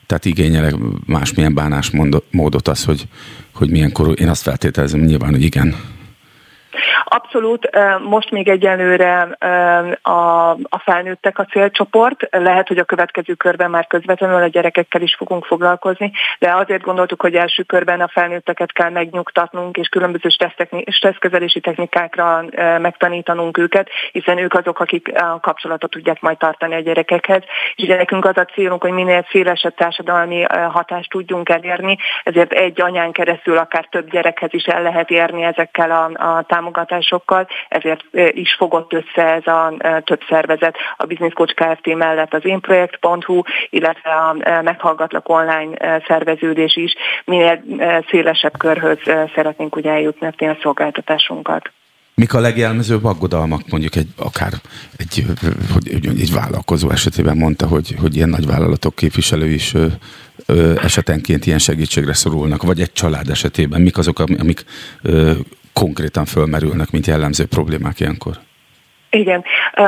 Tehát igényelek másmilyen bánásmódot az, hogy milyen korú. Én azt feltételezem nyilván, hogy igen. Abszolút, most még egyelőre a felnőttek a célcsoport, lehet, hogy a következő körben már közvetlenül a gyerekekkel is fogunk foglalkozni, de azért gondoltuk, hogy első körben a felnőtteket kell megnyugtatnunk, és különböző stresszkezelési technikákra megtanítanunk őket, hiszen ők azok, akik a kapcsolatot tudják majd tartani a gyerekekhez, és ugye nekünk az a célunk, hogy minél szélesebb társadalmi hatást tudjunk elérni, ezért egy anyán keresztül akár több gyerekhez is el lehet érni ezekkel a támogatásokkal, ezért is fogott össze ez a több szervezet, a Business Coach Kft. Mellett az énprojekt.hu, illetve a Meghallgatlak online szerveződés is, minél szélesebb körhöz szeretnénk ugye eljutni a szolgáltatásunkat. Mik a legjellemzőbb aggodalmak, mondjuk egy vállalkozó esetében mondta, hogy ilyen nagyvállalatok képviselői is esetenként ilyen segítségre szorulnak, vagy egy család esetében mik azok, amik konkrétan fölmerülnek, mint jellemző problémák ilyenkor? Igen,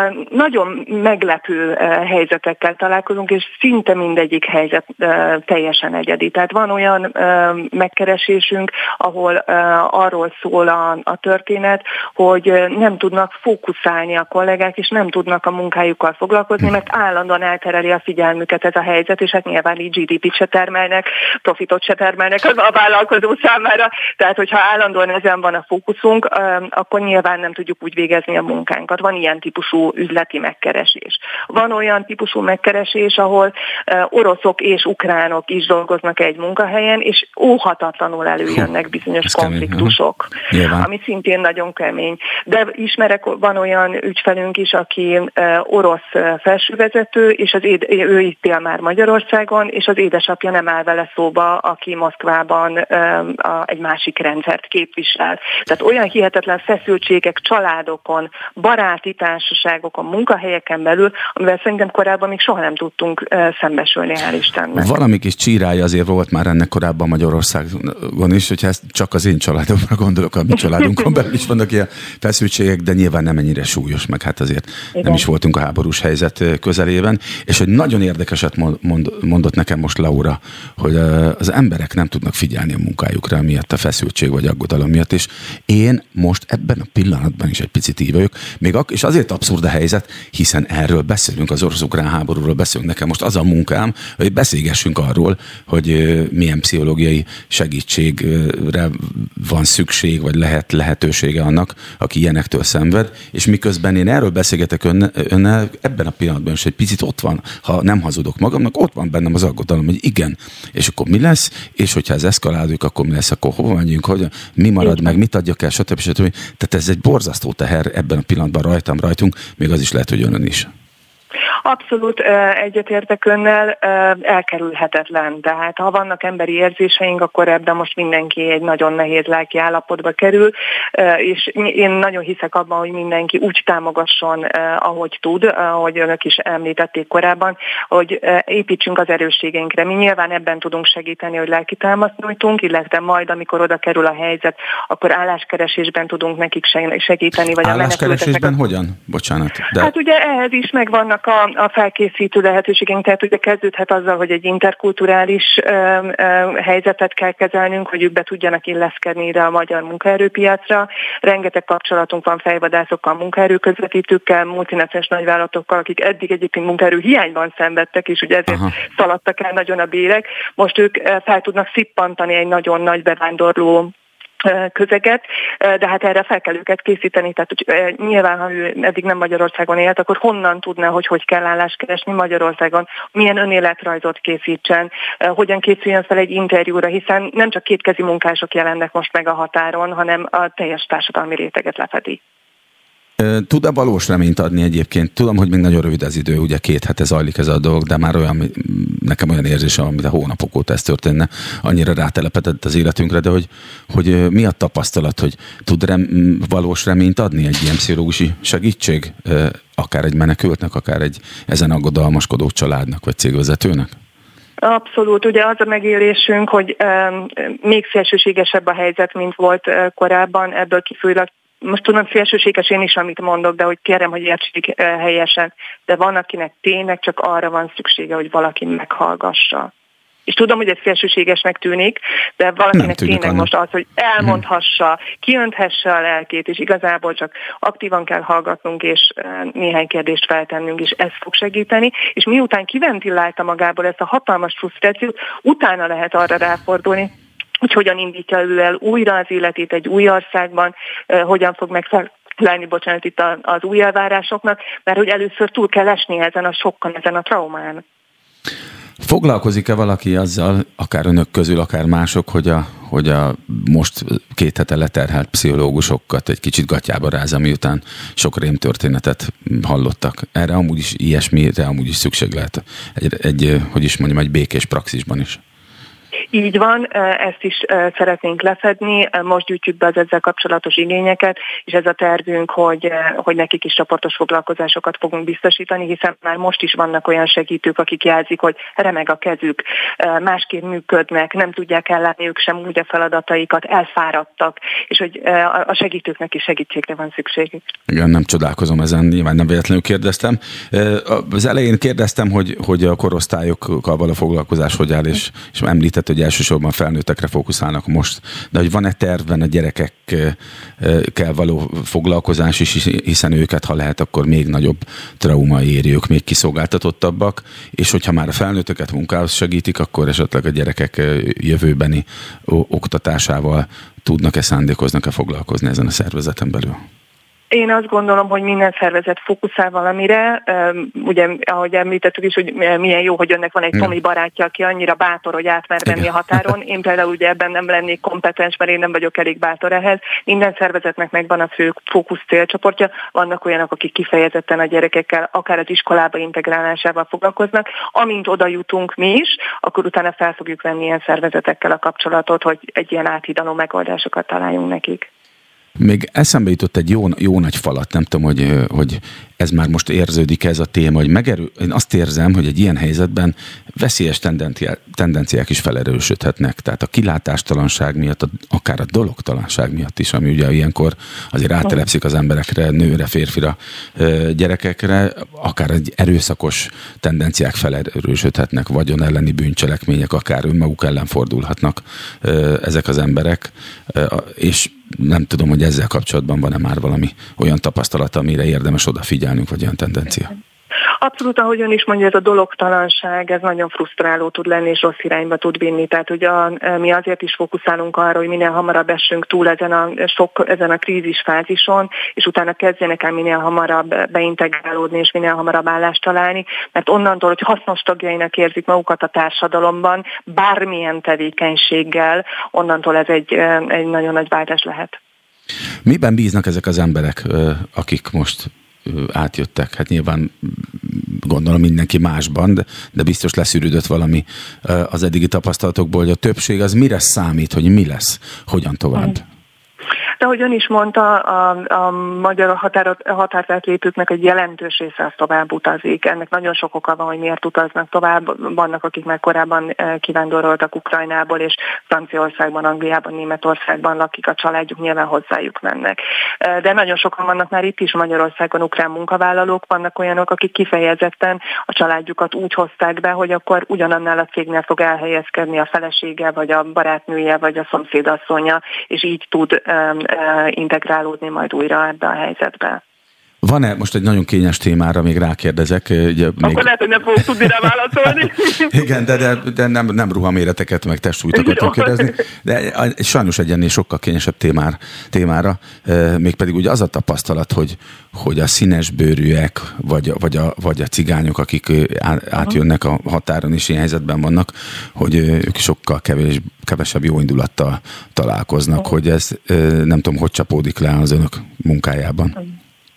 nagyon meglepő helyzetekkel találkozunk, és szinte mindegyik helyzet teljesen egyedi. Tehát van olyan megkeresésünk, ahol arról szól a történet, hogy nem tudnak fókuszálni a kollégák, és nem tudnak a munkájukkal foglalkozni, mert állandóan eltereli a figyelmüket ez a helyzet, és hát nyilván így GDP-t se termelnek, profitot se termelnek a vállalkozó számára. Tehát, hogyha állandóan ezen van a fókuszunk, akkor nyilván nem tudjuk úgy végezni a munkánkat. Van ilyen típusú üzleti megkeresés. Van olyan típusú megkeresés, ahol oroszok és ukránok is dolgoznak egy munkahelyen, és óhatatlanul előjönnek bizonyos konfliktusok, ami szintén nagyon kemény. De van olyan ügyfelünk is, aki orosz felsővezető, és ő itt él már Magyarországon, és az édesapja nem áll vele szóba, aki Moszkvában egy másik rendszert képvisel. Tehát olyan hihetetlen feszültségek családokon, baráti társaságokon, munkahelyeken belül, amivel szerintem korábban még soha nem tudtunk szembesülni, hál' Istennek. Valami kis csírája azért volt már ennek korábban Magyarországon is, hogyha ezt csak az én családomra gondolok, a mi családunkon belül is vannak ilyen feszültségek, de nyilván nem ennyire súlyos, meg hát azért igen, nem is voltunk a háborús helyzet közelében, és hogy nagyon érdekeset mondott nekem most Laura, hogy az emberek nem tudnak figyelni a munkájukra miatt, a feszültség vagy aggodalom miatt, és én most ebben a pillanatban is egy picit így vagyok, és azért abszurd a helyzet, hiszen erről beszélünk, az orosz-ukrán háborúról beszélünk. Nekem most az a munkám, hogy beszélgessünk arról, hogy milyen pszichológiai segítségre van szükség, vagy lehetősége annak, aki ilyenektől szenved, és miközben én erről beszélgetek önnel, ebben a pillanatban is egy picit ott van, ha nem hazudok magamnak, ott van bennem az aggodalom, hogy igen, és akkor mi lesz, és hogyha ez eszkalálódik, akkor mi lesz, akkor hova menjünk, hogy mi marad meg, mit adjak el, stb. Tehát ez egy borzasztó teher ebben a pillanatban rajtunk, még az is lehet, hogy önön is. Abszolút egyetértek önnel, elkerülhetetlen. Tehát ha vannak emberi érzéseink, akkor ebben most mindenki egy nagyon nehéz lelki állapotba kerül, és én nagyon hiszek abban, hogy mindenki úgy támogasson, ahogy tud, ahogy önök is említették korábban, hogy építsünk az erősségeinkre. Mi nyilván ebben tudunk segíteni, hogy lelki támaszt nyújtunk, illetve majd, amikor oda kerül a helyzet, akkor álláskeresésben tudunk nekik segíteni. Vagy álláskeresésben hogyan? Bocsánat. De... Hát ugye ehhez is megvannak a felkészítő lehetőségünk, tehát ugye kezdődhet azzal, hogy egy interkulturális helyzetet kell kezelnünk, hogy ők be tudjanak illeszkedni ide a magyar munkaerőpiacra. Rengeteg kapcsolatunk van fejvadászokkal, munkaerőközvetítőkkel, multinacionális nagyvállalatokkal, akik eddig egyébként munkaerő hiányban szenvedtek, és ugye ezért szaladtak el nagyon a bérek. Most ők fel tudnak szippantani egy nagyon nagy bevándorló közeget, de hát erre fel kell őket készíteni, tehát nyilván, ha ő eddig nem Magyarországon élt, akkor honnan tudná, hogy kell állást keresni Magyarországon, milyen önéletrajzot készítsen, hogyan készüljön fel egy interjúra, hiszen nem csak kétkezi munkások jelennek most meg a határon, hanem a teljes társadalmi réteget lefedi. Tud-e valós reményt adni egyébként? Tudom, hogy még nagyon rövid az idő, ugye 2 hete zajlik ez a dolog, de már nekem olyan érzésem, amit a hónapok óta ez történne, annyira rátelepedett az életünkre, de hogy mi a tapasztalat, hogy tud valós reményt adni egy ilyen pszichológusi segítség, akár egy menekültnek, akár egy ezen aggodalmaskodó családnak, vagy cégvezetőnek? Abszolút. Ugye az a megélésünk, hogy még szélsőségesebb a helyzet, mint volt korábban, ebből kifolyólag. Most tudom, szélsőséges én is, amit mondok, de hogy kérem, hogy értsék helyesen. De van, akinek tényleg csak arra van szüksége, hogy valaki meghallgassa. És tudom, hogy ez szélsőségesnek tűnik, de valakinek tényleg most az, hogy elmondhassa, kiönthesse a lelkét, és igazából csak aktívan kell hallgatnunk, és néhány kérdést feltennünk, és ez fog segíteni. És miután kiventilálta magából ezt a hatalmas frusztrációt, utána lehet arra ráfordulni, hogy hogyan indítja ő el újra az életét egy új országban, hogyan fog megfelelni, itt az új elvárásoknak, mert hogy először túl kell esni ezen a sokkon, ezen a traumán. Foglalkozik-e valaki azzal, akár önök közül, akár mások, hogy a most 2 hete leterhelt pszichológusokat egy kicsit gatyába ráz, miután sok rémtörténetet hallottak? Erre amúgy is ilyesmire amúgy is szükség lehet egy békés praxisban is. Így van, ezt is szeretnénk lefedni, most gyűjtjük be az ezzel kapcsolatos igényeket, és ez a tervünk, hogy nekik is csoportos foglalkozásokat fogunk biztosítani, hiszen már most is vannak olyan segítők, akik jelzik, hogy remeg a kezük, másképp működnek, nem tudják ellátni ők sem úgy a feladataikat, elfáradtak, és hogy a segítőknek is segítségre van szükségük. Igen, nem csodálkozom ezen, nyilván nem véletlenül kérdeztem. Az elején kérdeztem, hogy a korosztályokkal való foglalkozás hogy áll, és említett, hogy elsősorban felnőttekre fókuszálnak most, de hogy van-e tervben a gyerekekkel való foglalkozás is, hiszen őket, ha lehet, akkor még nagyobb trauma éri, ők még kiszolgáltatottabbak, és hogyha már a felnőtteket munkához segítik, akkor esetleg a gyerekek jövőbeni oktatásával tudnak-e, szándékoznak-e foglalkozni ezen a szervezeten belül? Én azt gondolom, hogy minden szervezet fókuszál valamire. Ugye, ahogy említettük is, hogy milyen jó, hogy önnek van egy Tomi barátja, aki annyira bátor, hogy átmer menni a határon. Én például ugye ebben nem lennék kompetens, mert én nem vagyok elég bátor ehhez. Minden szervezetnek megvan a fő fókusz célcsoportja. Vannak olyanok, akik kifejezetten a gyerekekkel, akár az iskolába integrálásával foglalkoznak. Amint oda jutunk mi is, akkor utána fel fogjuk venni ilyen szervezetekkel a kapcsolatot, hogy egy ilyen áthidaló megoldásokat találjunk nekik. Még eszembe jutott egy jó nagy falat, nem tudom, hogy ez már most érződik ez a téma, hogy én azt érzem, hogy egy ilyen helyzetben veszélyes tendenciák is felerősödhetnek. Tehát a kilátástalanság miatt, akár a dologtalanság miatt is, ami ugye ilyenkor azért áttelepszik az emberekre, nőre, férfira, gyerekekre, akár egy erőszakos tendenciák felerősödhetnek, vagyon elleni bűncselekmények, akár önmaguk ellen fordulhatnak ezek az emberek, és nem tudom, hogy ezzel kapcsolatban van-e már valami olyan tapasztalat, amire érdemes odafigyelnünk, vagy olyan tendencia. Abszolút, ahogy ön is mondja, ez a dologtalanság, ez nagyon frusztráló tud lenni, és rossz irányba tud vinni. Tehát ugye mi azért is fókuszálunk arra, hogy minél hamarabb essünk túl ezen a krízis fázison, és utána kezdjenek el minél hamarabb beintegrálódni, és minél hamarabb állást találni, mert onnantól, hogy hasznos tagjainak érzik magukat a társadalomban, bármilyen tevékenységgel, onnantól ez egy nagyon nagy váltás lehet. Miben bíznak ezek az emberek, akik most átjöttek? Hát nyilván gondolom mindenki másban, de biztos leszűrődött valami az eddigi tapasztalatokból, hogy a többség az mire számít, hogy mi lesz, hogyan tovább? De ahogy ön is mondta, a magyar határátlépőknek egy jelentős része az tovább utazik. Ennek nagyon sok oka van, hogy miért utaznak tovább. Vannak, akik már korábban kivándoroltak Ukrajnából, és Franciaországban, Angliában, Németországban lakik a családjuk, nyilván hozzájuk mennek. De nagyon sokan vannak már itt is Magyarországon ukrán munkavállalók, vannak olyanok, akik kifejezetten a családjukat úgy hozták be, hogy akkor ugyanannál a cégnél fog elhelyezkedni a felesége, vagy a barátnője, vagy a szomszédasszonya, és így tud integrálódni majd újra ebbe a helyzetbe. Van-e, most egy nagyon kényes témára még rákérdezek. Akkor lehet, hogy nem fogok tudni rá válaszolni. Igen, de nem ruhaméreteket, meg testsúlyt akartam kérdezni, de sajnos egy ennél sokkal kényesebb témára, mégpedig ugye az a tapasztalat, hogy a színesbőrűek, vagy a cigányok, akik átjönnek a határon és ilyen helyzetben vannak, hogy ők sokkal kevesebb jó indulattal találkoznak, hogy ez nem tudom, hogy csapódik le az önök munkájában.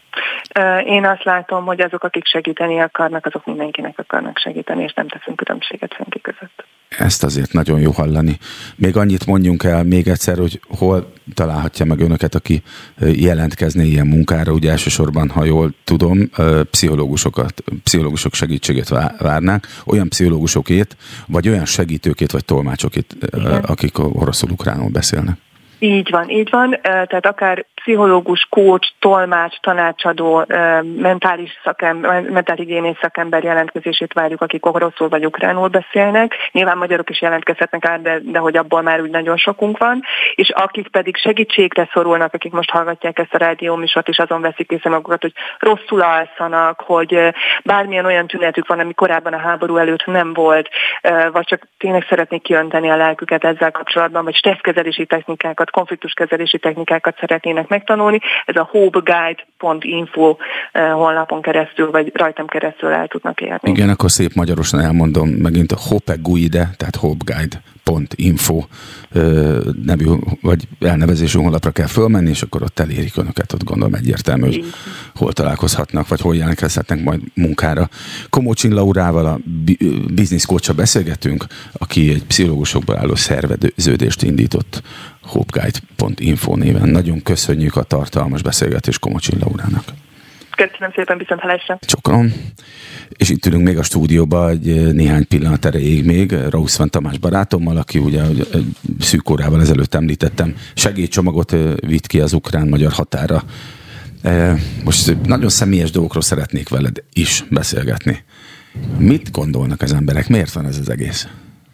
Én azt látom, hogy azok, akik segíteni akarnak, azok mindenkinek akarnak segíteni, és nem teszünk különbséget senki között. Ezt azért nagyon jó hallani. Még annyit mondjunk el még egyszer, hogy hol találhatja meg önöket, aki jelentkezne ilyen munkára. Ugye elsősorban, ha jól tudom, pszichológusok segítségét várnák, olyan pszichológusokét, vagy olyan segítőkét, vagy tolmácsokét, akik oroszul-ukránul beszélnek. Így van. Tehát akár pszichológus, coach, tolmács, tanácsadó, mentális higiénész szakember jelentkezését várjuk, akik oroszul vagy ukránul beszélnek. Nyilván magyarok is jelentkezhetnek át, de hogy abból már úgy nagyon sokunk van. És akik pedig segítségre szorulnak, akik most hallgatják ezt a rádióműsort, és azon veszik észre magukat, hogy rosszul alszanak, hogy bármilyen olyan tünetük van, ami korábban a háború előtt nem volt, vagy csak tényleg szeretnék kiönteni a lelküket ezzel kapcsolatban, vagy stresszkezelési technikákat, konfliktuskezelési technikákat szeretnének megtanulni. Ez a hopeguide.info honlapon keresztül, vagy rajtam keresztül el tudnak érni. Igen, akkor szép magyarosan elmondom megint a hopeguide, tehát hopeguide.info nevű, vagy elnevezésű honlapra kell fölmenni, és akkor ott elérik önöket, ott gondolom egyértelmű, hogy hol találkozhatnak, vagy hol jelentkezhetnek majd munkára. Komocsin Laurával, a business coach-a beszélgetünk, aki egy pszichológusokból álló szerveződést indított hopeguide.info néven. Nagyon köszönjük a tartalmas beszélgetést Komocsin Laurának. Köszönöm szépen, viszonthallásra. Csokrom. És itt ülünk még a stúdióban egy néhány pillanat erejéig még Rauszvan Tamás barátommal, aki ugye szűk órával ezelőtt említettem, segédcsomagot vitt ki az ukrán-magyar határa. Most nagyon személyes dolgokról szeretnék veled is beszélgetni. Mit gondolnak az emberek? Miért van ez az egész?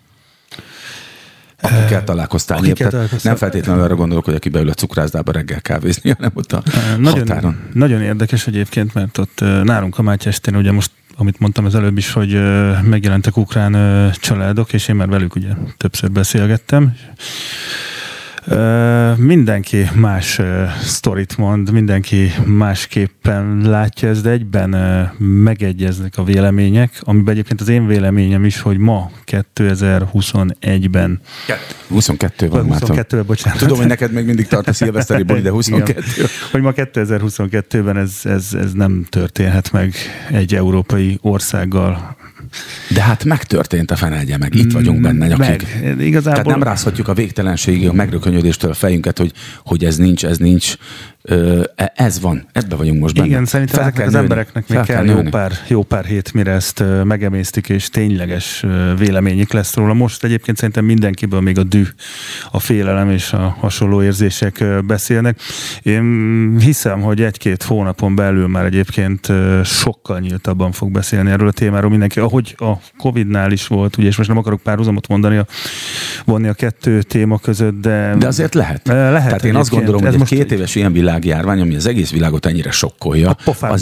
Akikkel találkoztál. Nem feltétlenül arra gondolok, hogy aki beül a cukrászdába reggel kávézni, hanem ott a határon. Nagyon érdekes egyébként, mert ott nálunk a Mátyástén, ugye most, amit mondtam az előbb is, hogy megjelentek ukrán családok, és én már velük ugye többször beszélgettem. Mindenki más sztorit mond, mindenki másképpen látja ezt, de egyben megegyeznek a vélemények, amiben egyébként az én véleményem is, hogy ma 2021-ben 22 van, 22-ben, bocsánat. Tudom, hogy neked még mindig tart a szilveszteri buli, de 22. Igen, hogy ma 2022-ben ez nem történhet meg egy európai országgal. De hát megtörtént a fenelgye meg. Itt vagyunk benne nyakig. Igazából... Tehát nem rázhatjuk a végtelenségig a megrökönyödéstől a fejünket, hogy ez nincs. Ez van. Ebben vagyunk most benne. Igen, szerintem ezeknek az embereknek még kell jó pár hét, mire ezt megemésztik, és tényleges véleményük lesz róla. Most egyébként szerintem mindenkiből még a düh, a félelem és a hasonló érzések beszélnek. Én hiszem, hogy 1-2 hónapon belül már egyébként sokkal nyíltabban fog beszélni erről a témáról mindenki. Ahogy a Covid-nál is volt, ugye, és most nem akarok párhuzamot vonni a kettő téma között, de azért lehet. Tehát én azt gondolom, hogy egy 2 éves ilyen világjárvány, ami az egész világot ennyire sokkolja,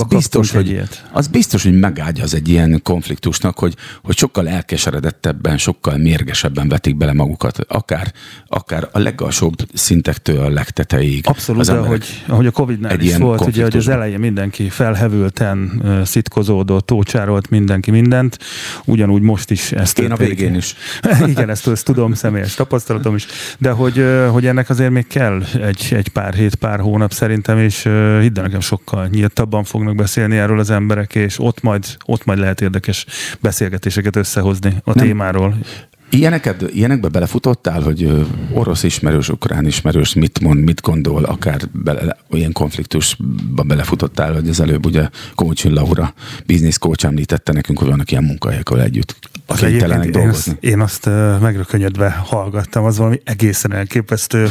az biztos, hogy megágyaz egy ilyen konfliktusnak, hogy sokkal elkeseredettebben, sokkal mérgesebben vetik bele magukat, akár a legalsóbb szintektől a legtetejéig. Abszolút, de ahogy a Covid-nál is volt, ugye, hogy az elején mindenki felhevülten szitkozódott, tócsárolt mindenki mindent, ugyanúgy most is ezt én a végén is. Igen, ezt tudom, személyes tapasztalatom is, de hogy ennek azért még kell egy pár hét, pár hónap szerintem, és hidd el nekem, sokkal nyíltabban fognak beszélni erről az emberek, és ott majd lehet érdekes beszélgetéseket összehozni a témáról. Ilyenekbe belefutottál, hogy orosz ismerős, ukrán ismerős mit mond, mit gondol, akár olyan konfliktusba belefutottál, hogy az előbb ugye Komocsin Laura, business coach említette nekünk, hogy vannak ilyen munkahelyek, ahol együtt kénytelenek dolgozni. Én azt megrökönyödve hallgattam, az valami egészen elképesztő,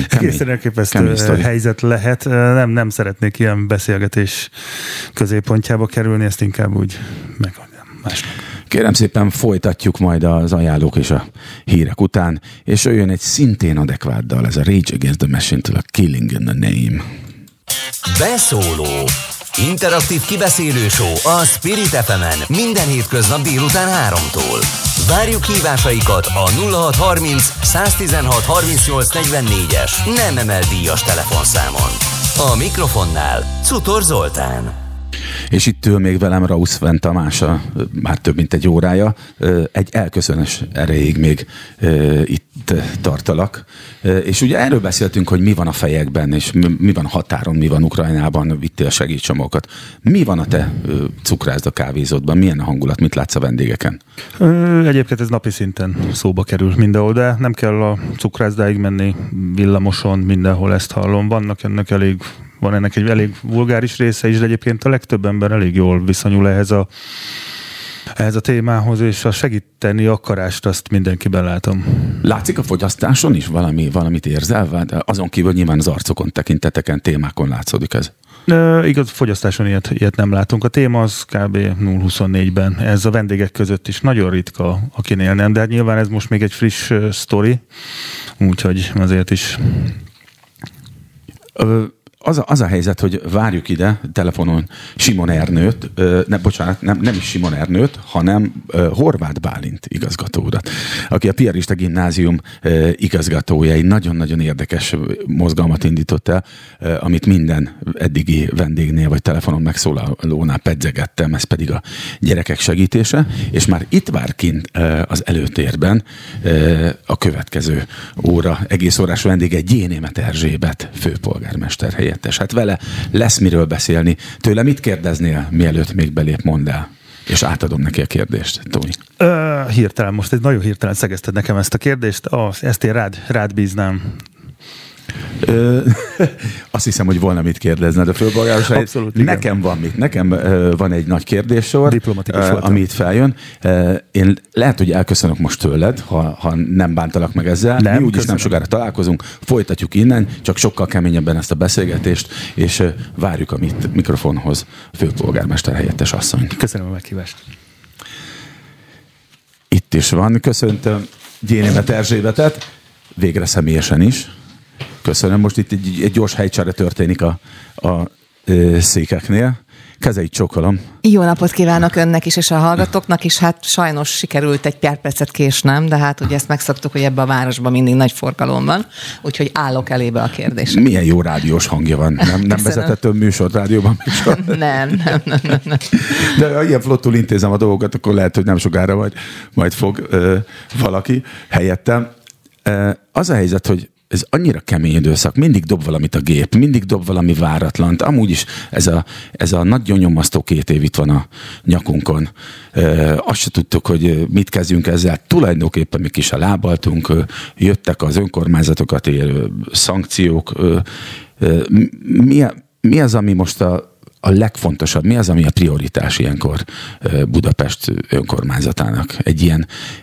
helyzet lehet. Nem szeretnék ilyen beszélgetés középpontjába kerülni, ezt inkább úgy megoldjam másnak. Kérem szépen, folytatjuk majd az ajánlók és a hírek után, és jön egy szintén adekvát dal, ez a Rage Against the Machine-től a Killing in the Name. Beszóló. Interaktív kibeszélő show a Spirit FM-en minden hétköznap délután 3-tól. Várjuk hívásaikat a 0630 116 38 44-es nem emel díjas telefonszámon. A mikrofonnál Czutor Zoltán. És itt ül még velem Rauszvan Tamás, már több mint egy órája. Egy elköszönés erejéig még itt tartalak. És ugye erről beszéltünk, hogy mi van a fejekben, és mi van a határon, mi van Ukrajnában, vittél a segítcsomagokat. Mi van a te cukrászda kávézódban? Milyen a hangulat? Mit látsz a vendégeken? Egyébként ez napi szinten szóba kerül mindenhol, de nem kell a cukrászdáig menni, villamoson, mindenhol ezt hallom. Van ennek egy elég vulgáris része is, de egyébként a legtöbb ember elég jól viszonyul ehhez a ehhez a témához, és a segíteni akarást azt mindenkiben látom. Látszik a fogyasztáson is valamit érzel? Azon kívül nyilván az arcokon, tekinteteken, témákon látszódik ez. Igaz, fogyasztáson ilyet nem látunk. A téma az kb. 0-24-ben. Ez a vendégek között is nagyon ritka, akinél nem, de hát nyilván ez most még egy friss sztori, úgyhogy azért is... Az a helyzet, hogy várjuk ide telefonon Simon Ernőt, nem is Simon Ernőt, hanem Horváth Bálint igazgató urat, aki a Piarista Gimnázium igazgatója. Egy nagyon-nagyon érdekes mozgalmat indított el, amit minden eddigi vendégnél vagy telefonon megszólalónál pedzegettem, ez pedig a gyerekek segítése, és már itt vár kint az előtérben a következő óra egész órás vendége Gyénémet Erzsébet főpolgármester helyettes. Hát vele lesz miről beszélni. Tőle mit kérdeznél, mielőtt még belép, mondd el? És átadom neki a kérdést, Tóni. Hirtelen, most egy nagyon hirtelen szegezted nekem ezt a kérdést. Ezt én rád bíznám. Azt hiszem, hogy volna mit kérdezned a főpolgármester. Abszolút, igen. Nekem van egy nagy kérdéssor, ami itt feljön. Én lehet, hogy elköszönök most tőled, ha nem bántalak meg ezzel. Mi úgyis nem sokára találkozunk, folytatjuk innen, csak sokkal keményebben ezt a beszélgetést, és várjuk a mikrofonhoz főpolgármester helyettes asszonyt. Köszönöm a meghívást. Itt is van. Köszöntöm Gyénémet Erzsébetet, végre személyesen is. Köszönöm. Most itt egy gyors helycsere történik a székeknél. Kezeit csókolom. Jó napot kívánok önnek is, és a hallgatóknak is. Hát sajnos sikerült egy pár percet késnem, de hát ugye ezt megszoktuk, hogy ebben a városban mindig nagy forgalom van, úgyhogy állok elébe a kérdésre. Milyen jó rádiós hangja van. Nem vezetett ön műsort rádióban? Nem. De ha ilyen flottul intézem a dolgokat, akkor lehet, hogy nem sokára majd fog valaki helyettem. Az a helyzet, hogy ez annyira kemény időszak, mindig dob valamit a gép, mindig dob valami váratlant. Amúgy is ez a nagyon nyomasztó 2 év itt van a nyakunkon. Azt se tudtuk, hogy mit kezdjünk ezzel. Tulajdonképpen mi kis a lábaltunk, jöttek az önkormányzatokat érő szankciók. Mi az, ami most a legfontosabb, mi az, ami a prioritás ilyenkor Budapest önkormányzatának? Egy ilyen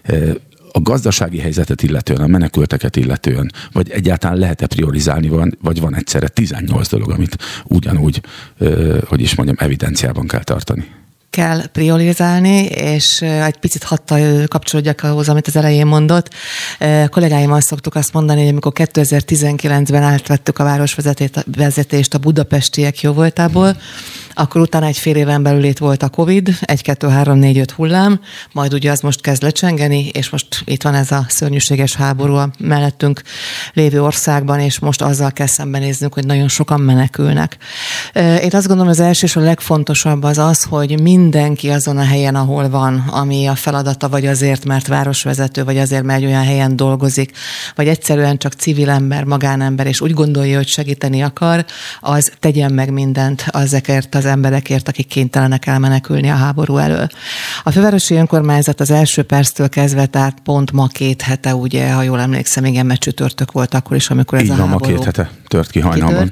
a gazdasági helyzetet illetően, a menekülteket illetően, vagy egyáltalán lehet-e priorizálni, vagy van egyszerre 18 dolog, amit ugyanúgy, hogy is mondjam, evidenciában kell tartani? Kell priorizálni, és egy picit kapcsolódjak ahhoz, amit az elején mondott. Kollégáimmal szoktuk azt mondani, hogy amikor 2019-ben átvettük a városvezetést a budapestiek jóvoltából, akkor utána egy fél éven belül itt volt a Covid, 1, 2, 3, 4, 5 hullám, majd ugye az most kezd lecsengeni, és most itt van ez a szörnyűséges háború a mellettünk lévő országban, és most azzal kell szembenéznünk, hogy nagyon sokan menekülnek. Én azt gondolom, az első és a legfontosabb az, hogy mindenki azon a helyen, ahol van, ami a feladata, vagy azért, mert városvezető, vagy azért, mert egy olyan helyen dolgozik, vagy egyszerűen csak civil ember, magánember, és úgy gondolja, hogy segíteni akar, az tegyen meg mindent ezekért az emberekért, akik kénytelenek elmenekülni a háború elől. A fővárosi önkormányzat az első perctől kezdve, tehát pont ma 2 hete, ugye, ha jól emlékszem, igen, mert csütörtök volt akkor is, amikor ez a háború. Ma 2 hete tört ki hajnalban.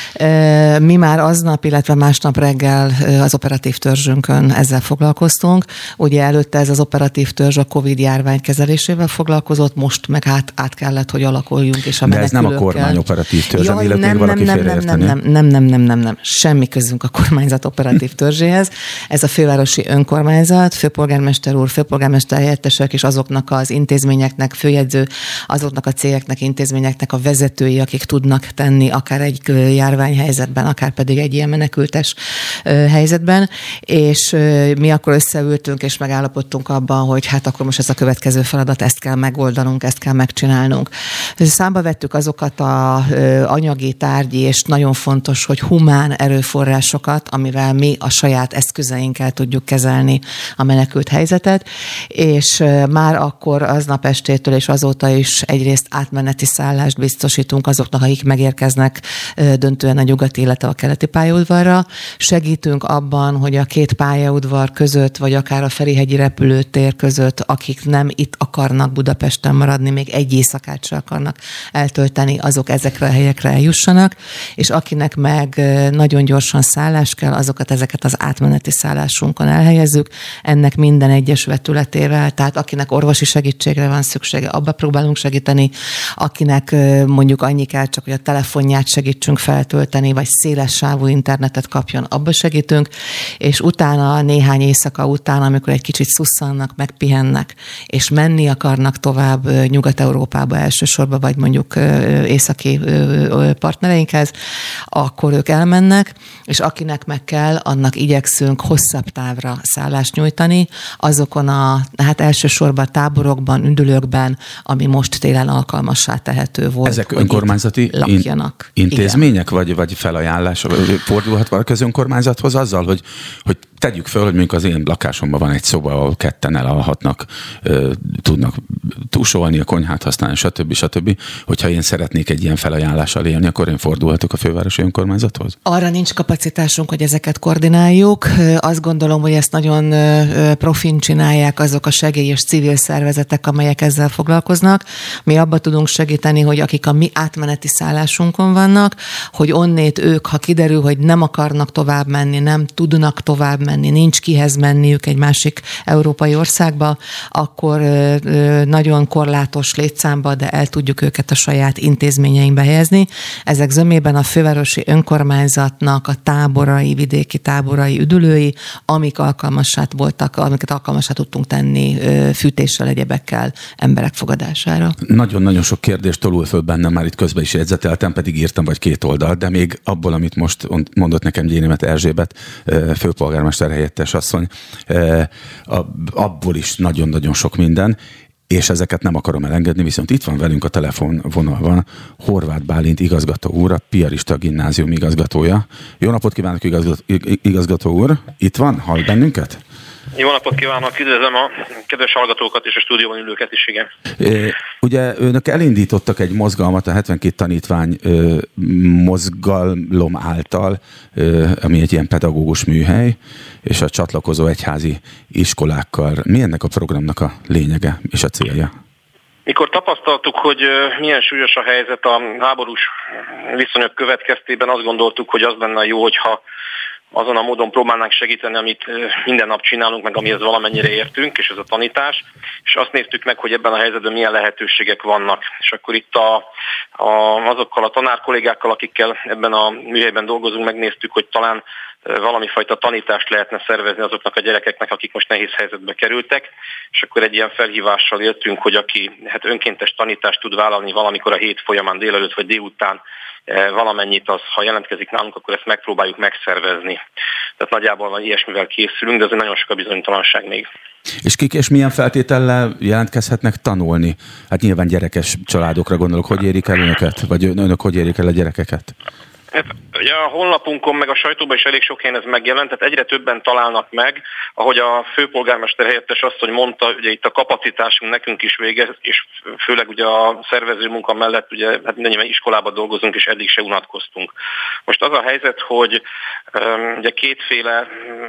Mi már aznap, illetve másnap reggel az operatív törzsünkön ezzel foglalkoztunk. Ugye előtte ez az operatív törzs a Covid járvány kezelésével foglalkozott, most meg át kellett, hogy alakuljunk, és a menekülőkkel. De ez nem a kormány operatív törzs, illetve valaki félreérteni. Nem. Semmi közünk a kormányzat operatív törzséhez. Ez a fővárosi önkormányzat, főpolgármester úr, főpolgármester helyettesek, és azoknak az intézményeknek, főjegyző, azoknak a cégeknek, intézményeknek a vezetői, akik tudnak tenni akár egy járványhelyzetben, akár pedig egy ilyen menekültes helyzetben. És mi akkor összeültünk, és megállapodtunk abban, hogy hát akkor most ez a következő feladat, ezt kell megoldanunk, ezt kell megcsinálnunk. Számba vettük azokat az anyagi, tárgyi, és nagyon fontos, hogy humán erőforrásokat, amivel mi a saját eszközeinkkel tudjuk kezelni a menekült helyzetet, és már akkor aznap estétől és azóta is egyrészt átmeneti szállást biztosítunk azoknak, akik megérkeznek döntően a nyugati, illetve a keleti pályaudvarra. Segítünk abban, hogy a 2 pályaudvar között, vagy akár a Ferihegyi repülőtér között, akik nem itt akarnak Budapesten maradni, még egy éjszakát se akarnak eltölteni, azok ezekre a helyekre eljussanak, és akinek meg nagyon gyorsan szállást kell ezeket az átmeneti szállásunkon elhelyezzük. Ennek minden egyes vetületével, tehát akinek orvosi segítségre van szüksége, abba próbálunk segíteni, akinek mondjuk annyi kell csak, hogy a telefonját segítsünk feltölteni, vagy széles sávú internetet kapjon, abba segítünk, és utána néhány éjszaka után, amikor egy kicsit szusszannak, megpihennek, és menni akarnak tovább Nyugat-Európába elsősorban, vagy mondjuk északi partnereinkhez, akkor ők elmennek, és akinek meg kell, annak igyekszünk hosszabb távra szállást nyújtani, azokon elsősorban táborokban, üdülőkben, ami most télen alkalmassá tehető volt. Ezek önkormányzati intézmények, vagy felajánlás? Fordulhat valaki az önkormányzathoz azzal, hogy tegyük föl, hogy mondjuk az én lakásomban van egy szoba, ahol ketten elalhatnak, tudnak túsolni, a konyhát használni, stb. Hogyha én szeretnék egy ilyen felajánlással élni, akkor én fordulhatok a fővárosi önkormányzathoz? Arra nincs kapacitásunk, hogy ezeket koordináljuk. Azt gondolom, hogy ezt nagyon profin csinálják azok a segély- és civil szervezetek, amelyek ezzel foglalkoznak. Mi abba tudunk segíteni, hogy akik a mi átmeneti szállásunkon vannak, hogy onnét ők, ha kiderül, hogy nem akarnak tovább menni, nem tudnak tovább menni, nincs kihez menniük egy másik európai országba, akkor nagyon korlátos létszámba, de el tudjuk őket a saját intézményeinkbe helyezni. Ezek zömében a fővárosi önkormányzatnak a táborai, vidéki táborai, üdülői, amiket alkalmassá tudtunk tenni fűtéssel, egyebekkel emberek fogadására. Nagyon-nagyon sok kérdést tolul föl bennem, már itt közben is jegyzeteltem, pedig írtam vagy 2 oldalt, de még abból, amit most mondott nekem Gyénémet Erzsébet, főpolgármester helyettes asszony, abból is nagyon-nagyon sok minden, és ezeket nem akarom elengedni, viszont itt van velünk a telefonvonalban Horváth Bálint igazgató úr, a Piarista Gimnázium igazgatója. Jó napot kívánok, igazgató úr! Itt van? Hall bennünket? Jó napot kívánok, üdvözlöm a kedves hallgatókat és a stúdióban ülőket is, igen. Ugye önök elindítottak egy mozgalmat a 72 tanítvány mozgalom által, ami egy ilyen pedagógus műhely, és a csatlakozó egyházi iskolákkal. Mi ennek a programnak a lényege és a célja? Mikor tapasztaltuk, hogy milyen súlyos a helyzet a háborús viszonyok következtében, azt gondoltuk, hogy az lenne jó, hogyha azon a módon próbálnánk segíteni, amit minden nap csinálunk, meg amihez valamennyire értünk, és ez a tanítás, és azt néztük meg, hogy ebben a helyzetben milyen lehetőségek vannak. És akkor itt azokkal a tanárkollégákkal, akikkel ebben a műhelyben dolgozunk, megnéztük, hogy talán valami fajta tanítást lehetne szervezni azoknak a gyerekeknek, akik most nehéz helyzetbe kerültek, és akkor egy ilyen felhívással éltünk, hogy aki önkéntes tanítást tud vállalni valamikor a hét folyamán, délelőtt vagy délután valamennyit, az, ha jelentkezik nálunk, akkor ezt megpróbáljuk megszervezni. Tehát nagyjából ilyesmivel készülünk, de ez nagyon sok a bizonytalanság még. És kik és milyen feltétellel jelentkezhetnek tanulni? Hát nyilván gyerekes családokra gondolok, hogy érik el önöket? Vagy önök hogy érik el a gyerekeket? Hát, ugye a honlapunkon, meg a sajtóban is elég sok helyen ez megjelent, tehát egyre többen találnak meg, ahogy a főpolgármester helyettes azt, hogy mondta, ugye itt a kapacitásunk nekünk is vége, és főleg ugye a szervező munka mellett ugye hát mindannyian iskolában dolgozunk, és eddig se unatkoztunk. Most az a helyzet, hogy ugye kétféle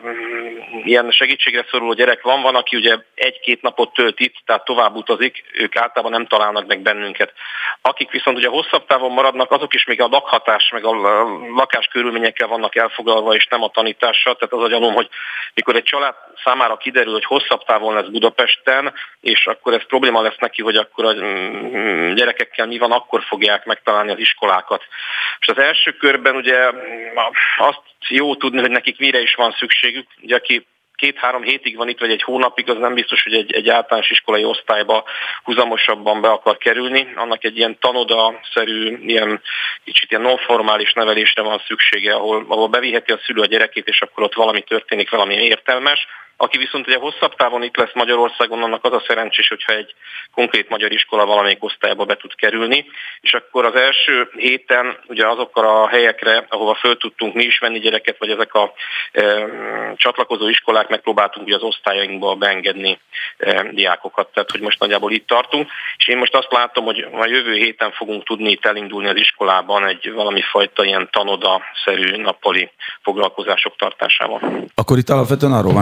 ilyen segítségre szoruló gyerek van, aki ugye 1-2 napot tölt itt, tehát tovább utazik, ők általában nem találnak meg bennünket. Akik viszont ugye hosszabb távon maradnak, azok is még a lakhatás, meg a lakáskörülményekkel vannak elfoglalva, és nem a tanítással. Tehát az a gyanúm, hogy mikor egy család számára kiderül, hogy hosszabb távon lesz Budapesten, és akkor ez probléma lesz neki, hogy akkor a gyerekekkel mi van, akkor fogják megtalálni az iskolákat. És az első körben ugye azt jó tudni, hogy nekik mire is van szükségük. Ugye aki 2-3 hétig van itt, vagy egy hónapig, az nem biztos, hogy egy általános iskolai osztályba húzamosabban be akar kerülni. Annak egy ilyen tanoda-szerű, kicsit ilyen nonformális nevelésre van szüksége, ahol beviheti a szülő a gyerekét, és akkor ott valami történik, valami értelmes. Aki viszont ugye hosszabb távon itt lesz Magyarországon, annak az a szerencsés, hogyha egy konkrét magyar iskola valamelyik osztályba be tud kerülni, és akkor az első héten ugye azokkal a helyekre, ahova föl tudtunk mi is venni gyereket, vagy ezek a csatlakozó iskolák, megpróbáltunk ugye az osztályainkba beengedni diákokat, tehát hogy most nagyjából itt tartunk, és én most azt látom, hogy a jövő héten fogunk tudni itt elindulni az iskolában egy valami fajta ilyen tanoda-szerű nappali foglalkozások tartásával. Akkor itt alapvetően arról van szó, ugye, hogy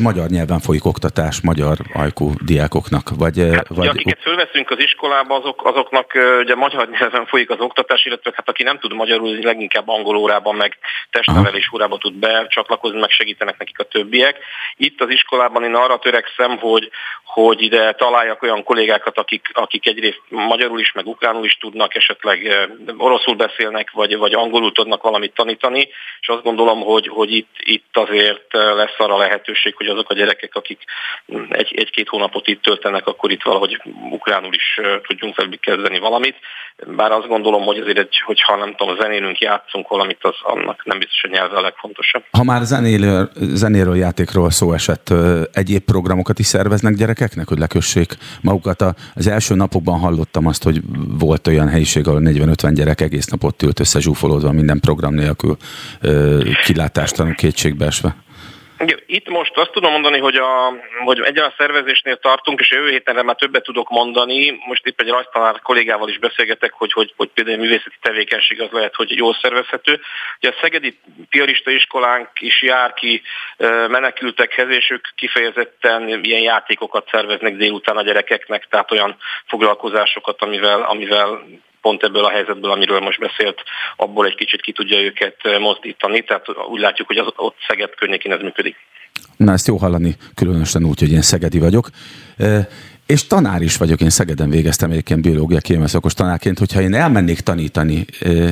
magyar nyelven folyik oktatás magyar ajkú diákoknak? Vagy akiket fölveszünk az iskolába, azoknak ugye magyar nyelven folyik az oktatás, illetve hát aki nem tud magyarul, leginkább angol órában, meg testnevelés órában tud becsatlakozni, meg segítenek nekik a többiek. Itt az iskolában én arra törekszem, hogy ide találjak olyan kollégákat, akik egyrészt magyarul is, meg ukránul is tudnak, esetleg oroszul beszélnek, vagy angolul tudnak valamit tanítani, és azt gondolom, hogy itt azért lesz arra lehetőség, hogy azok a gyerekek, akik egy-két hónapot itt töltenek, akkor itt valahogy ukránul is tudjunk velük kezdeni valamit. Bár azt gondolom, hogy azért, hogyha nem tudom, zenélünk, játszunk valamit, az annak nem biztos, hogy nyelve a legfontosabb. Ha már zenéről, játékról szó esett, egyéb programokat is szerveznek gyerekeknek, hogy lekössék magukat? Az első napokban hallottam azt, hogy volt olyan helyiség, ahol 40-50 gyerek egész nap ott ült összezsúfolódva minden program nélkül, kilátástalan, kétségbeesve. Itt most azt tudom mondani, hogy egy olyan szervezésnél tartunk, és jövő hétenre már többet tudok mondani. Most épp egy rajztanár kollégával is beszélgetek, hogy például a művészeti tevékenység az lehet, hogy jól szervezhető. Ugye a szegedi piarista iskolánk is jár ki menekültekhez, és ők kifejezetten ilyen játékokat szerveznek délután a gyerekeknek, tehát olyan foglalkozásokat, amivel pont ebből a helyzetből, amiről most beszélt, abból egy kicsit ki tudja őket mozdítani. Tehát úgy látjuk, hogy ott Szeged környékén ez működik. Na, ezt jó hallani, különösen úgy, hogy én szegedi vagyok. És tanár is vagyok, én Szegeden végeztem egyébként biológia kiemelszakos tanárként, hogyha én elmennék tanítani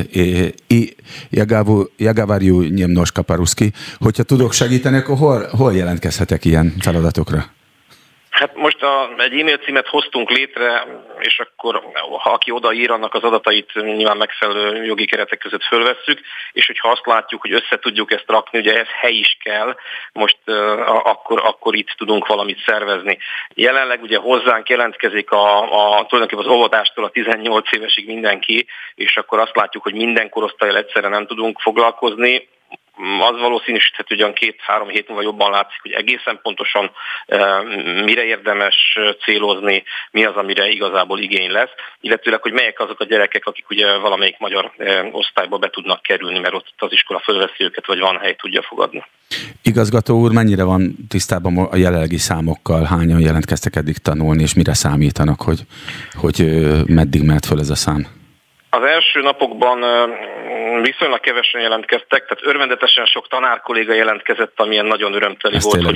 Jagavarjú Nyemnoska Paruszki, hogyha tudok segíteni, akkor hol jelentkezhetek ilyen feladatokra? Hát most egy e-mail címet hoztunk létre, és akkor ha aki odaír, annak az adatait nyilván megfelelő jogi keretek között fölvesszük, és hogyha azt látjuk, hogy össze tudjuk ezt rakni, ugye ez hely is kell, most akkor itt tudunk valamit szervezni. Jelenleg ugye hozzánk jelentkezik tulajdonképpen az óvodástól a 18 évesig mindenki, és akkor azt látjuk, hogy minden korosztályal egyszerre nem tudunk foglalkozni. Az valószínűsíthető, hogy 2-3 hét múlva jobban látszik, hogy egészen pontosan mire érdemes célozni, mi az, amire igazából igény lesz, illetőleg, hogy melyek azok a gyerekek, akik ugye valamelyik magyar osztályba be tudnak kerülni, mert ott az iskola fölveszi őket, vagy van hely, tudja fogadni. Igazgató úr, mennyire van tisztában a jelenlegi számokkal, hányan jelentkeztek eddig tanulni, és mire számítanak, hogy meddig mehet föl ez a szám? Az első napokban viszonylag kevesen jelentkeztek, tehát örvendetesen sok tanárkolléga jelentkezett, amilyen nagyon örömteli volt, hogy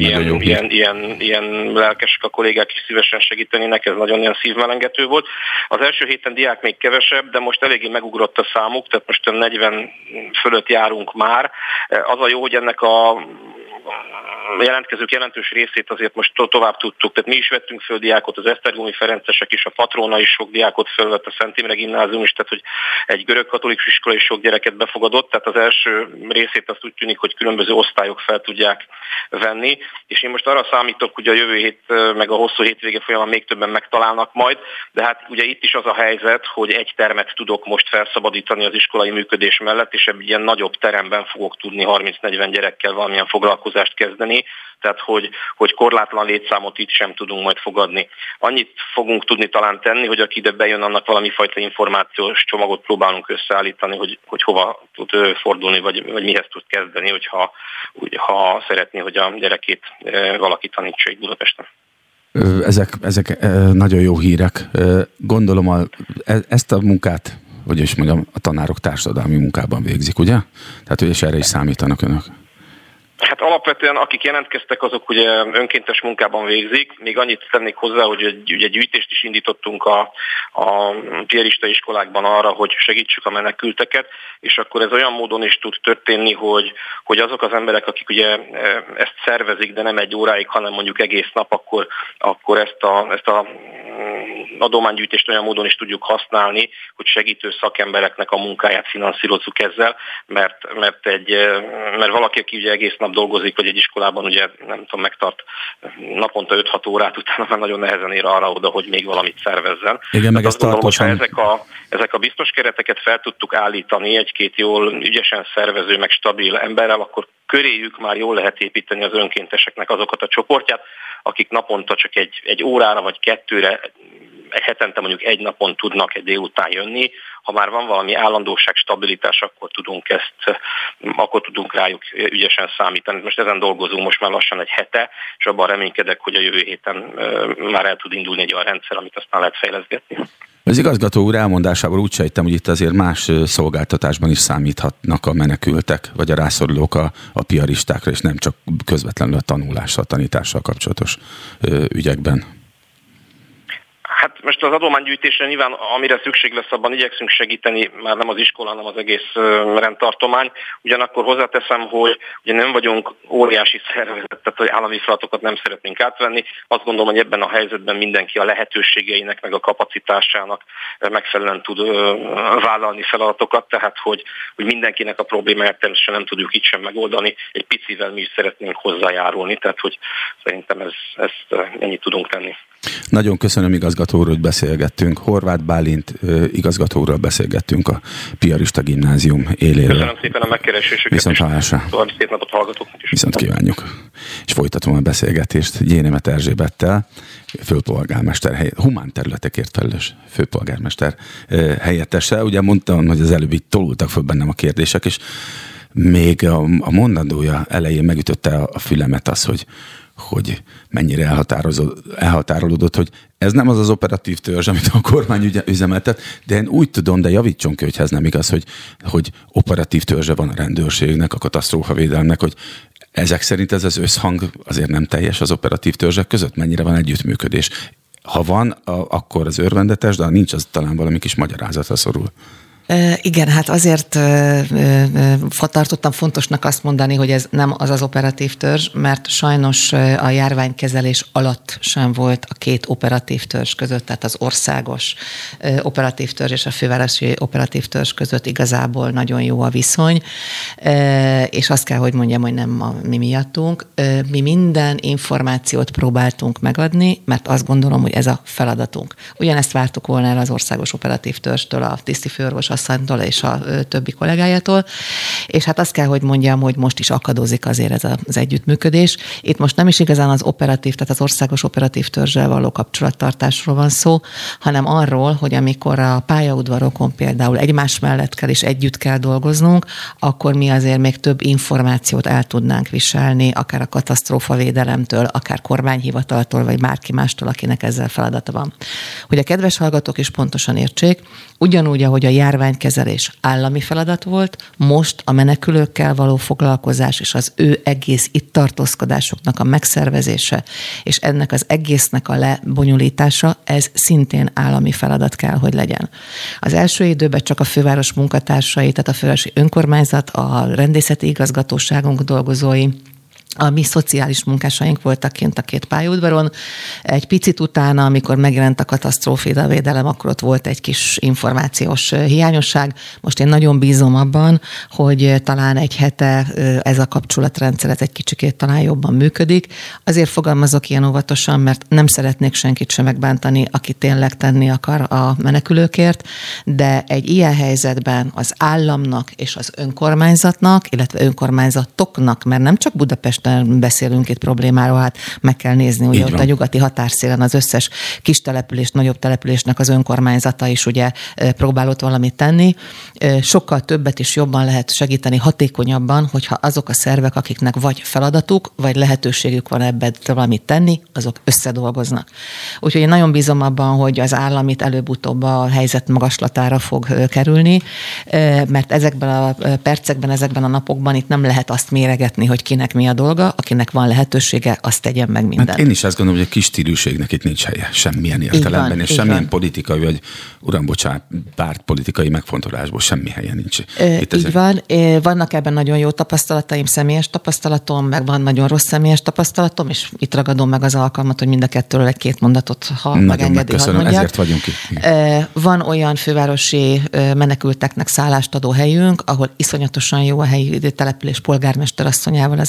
ilyen lelkesek a kollégák is szívesen segítenének, ez nagyon ilyen szívmelengető volt. Az első héten diák még kevesebb, de most eléggé megugrott a számuk, tehát most 40 fölött járunk már. Az a jó, hogy ennek a jelentkezők jelentős részét azért most tovább tudtuk, tehát mi is vettünk föl diákot, az Esztergomi Ferencesek is, a Patrona is sok diákot fölvett, a Szent Imre Gimnázium is, tehát hogy egy görög-katolikus iskola is sok gyereket befogadott, tehát az első részét azt úgy tűnik, hogy különböző osztályok fel tudják venni, és én most arra számítok, hogy a jövő hét meg a hosszú hétvége folyamán még többen megtalálnak majd, de hát ugye itt is az a helyzet, hogy egy termet tudok most felszabadítani az iskolai működés mellett, és egy ilyen nagyobb teremben fogok tudni 30-40 gyerekkel valamilyen foglalkozást kezdeni, tehát hogy korlátlan létszámot itt sem tudunk majd fogadni. Annyit fogunk tudni talán tenni, hogy aki ide bejön, annak valami fajta információs csomagot próbálunk összeállítani, hogy hova tud fordulni, vagy mihez tud kezdeni, ha szeretné, hogy a gyerekét valaki tanítsa itt Budapesten. Ezek nagyon jó hírek. Gondolom ezt a munkát, hogy is mondjam, a tanárok társadalmi munkában végzik, ugye? Tehát, hogy és erre is számítanak önök. Hát alapvetően akik jelentkeztek, azok ugye önkéntes munkában végzik. Még annyit tennék hozzá, hogy ugye gyűjtést is indítottunk a piarista iskolákban arra, hogy segítsük a menekülteket, és akkor ez olyan módon is tud történni, hogy azok az emberek, akik ugye ezt szervezik, de nem egy óráig, hanem mondjuk egész nap, akkor ezt a adománygyűjtést olyan módon is tudjuk használni, hogy segítő szakembereknek a munkáját finanszírozzuk ezzel, mert valaki, aki ugye egész nap dolgozik, vagy egy iskolában ugye nem tudom, megtart naponta 5-6 órát, utána már nagyon nehezen ér arra oda, hogy még valamit szervezzen. Igen, meg ezt tartósan. Ezek a biztos kereteket fel tudtuk állítani egy-két jól ügyesen szervező, meg stabil emberrel, akkor köréjük már jól lehet építeni az önkénteseknek azokat a csoportját, akik naponta csak egy órára vagy 2-re hetente mondjuk egy napon tudnak egy délután jönni. Ha már van valami állandóság, stabilitás, akkor tudunk rájuk ügyesen számítani. Most ezen dolgozunk most már lassan egy hete, és abban reménykedek, hogy a jövő héten már el tud indulni egy olyan rendszer, amit aztán lehet fejleszgetni. Az igazgató úr elmondásából úgy sejtem, hogy itt azért más szolgáltatásban is számíthatnak a menekültek, vagy a rászorulók a piaristákra, és nem csak közvetlenül a tanulással, tanítással kapcsolatos ügyekben. Hát most az adománygyűjtésre nyilván, amire szükség lesz, abban igyekszünk segíteni, már nem az iskola, hanem az egész rendtartomány. Ugyanakkor hozzáteszem, hogy ugye nem vagyunk óriási szervezet, tehát hogy állami feladatokat nem szeretnénk átvenni. Azt gondolom, hogy ebben a helyzetben mindenki a lehetőségeinek, meg a kapacitásának megfelelően tud vállalni feladatokat, tehát hogy mindenkinek a problémáját természetesen nem tudjuk itt sem megoldani, egy picivel mi is szeretnénk hozzájárulni, tehát hogy szerintem ezt ennyit tudunk tenni. Nagyon köszönöm, igazgató úr, hogy beszélgettünk. Horváth Bálint igazgató úrral beszélgettünk a Piarista Gimnázium éléről. Köszönöm szépen a megkeresésüket. Viszont hallásra. További szép napot hallgatóknak is. Viszont kívánjuk. És folytatom a beszélgetést Gyénémet Erzsébettel, főpolgármester, humán területekért felelős főpolgármester helyettese. Ugye mondtam, hogy az előbb így tolultak föl bennem a kérdések, és még a mondandója elején megütötte a fülemet az, hogy mennyire elhatárolódott, hogy ez nem az operatív törzs, amit a kormány üzemeltet, de én úgy tudom, de javítson ki, hogyha ez nem igaz, hogy operatív törzse van a rendőrségnek, a katasztrófavédelemnek, hogy ezek szerint ez az összhang azért nem teljes az operatív törzsek között, mennyire van együttműködés. Ha van, akkor az örvendetes, de ha nincs, az talán valami kis magyarázatra szorul. Igen, hát azért tartottam fontosnak azt mondani, hogy ez nem az operatív törzs, mert sajnos a járványkezelés alatt sem volt a két operatív törzs között, tehát az országos operatív törzs és a fővárosi operatív törzs között igazából nagyon jó a viszony, és azt kell, hogy mondjam, hogy nem mi miattunk. Mi minden információt próbáltunk megadni, mert azt gondolom, hogy ez a feladatunk. Ugyanezt vártuk volna el az országos operatív törzstől, a tisztifőorvos asszonytól és a többi kollégájától, és hát azt kell, hogy mondjam, hogy most is akadozik azért ez az együttműködés. Itt most nem is igazán az operatív, tehát az országos operatív törzsel való kapcsolattartásról van szó, hanem arról, hogy amikor a pályaudvarokon például egymás mellett kell és együtt kell dolgoznunk, akkor mi azért még több információt el tudnánk viselni, akár a katasztrófavédelemtől, akár kormányhivataltól, vagy bárki mástól, akinek ezzel feladata van. Hogy a kedves hallgatók is pontosan értsék, ugyanúgy, ahogy a járványkezelés állami feladat volt, most a menekülőkkel való foglalkozás és az ő egész itt tartózkodásoknak a megszervezése, és ennek az egésznek a lebonyolítása, ez szintén állami feladat kell, hogy legyen. Az első időben csak a főváros munkatársai, tehát a fővárosi önkormányzat, a rendészeti igazgatóságunk dolgozói, a mi szociális munkásaink voltak kint a két pályaudvaron. Egy picit utána, amikor megjelent a katasztrófavédelem, akkor ott volt egy kis információs hiányosság. Most én nagyon bízom abban, hogy talán egy hete ez a kapcsolatrendszer egy kicsikét talán jobban működik. Azért fogalmazok ilyen óvatosan, mert nem szeretnék senkit sem megbántani, aki tényleg tenni akar a menekülőkért, de egy ilyen helyzetben az államnak és az önkormányzatnak, illetve önkormányzatoknak, mert nem csak Budapesten beszélünk itt problémáról, hát meg kell nézni, hogy ott a nyugati határszélen az összes kis település, nagyobb településnek az önkormányzata is ugye próbálott valamit tenni. Sokkal többet is jobban lehet segíteni hatékonyabban, hogyha azok a szervek, akiknek vagy feladatuk, vagy lehetőségük van ebben valamit tenni, azok összedolgoznak. Úgyhogy én nagyon bízom abban, hogy az állam itt előbb-utóbb a helyzet magaslatára fog kerülni, mert ezekben a percekben, ezekben a napokban itt nem lehet azt méregetni, hogy kinek mi a dolga, akinek van lehetősége, azt tegyen meg mindent. Hát én is azt gondolom, hogy a kis stílűségnek itt nincs helye semmilyen értelemben, és semmilyen politikai, vagy uram, bocsánat, pártpolitikai megfontolásból semmi helye nincs. Így van. Vannak ebben nagyon jó tapasztalataim, személyes tapasztalatom, meg van nagyon rossz személyes tapasztalatom, és itt ragadom meg az alkalmat, hogy mind a kettőről egy-két mondatot, ha megengedi, hadd mondjak. Ezért vagyunk itt. Van olyan fővárosi menekülteknek szállást adó helyünk, ahol iszonyatosan jó a helyi település polgármester asszonyával az együttműködés,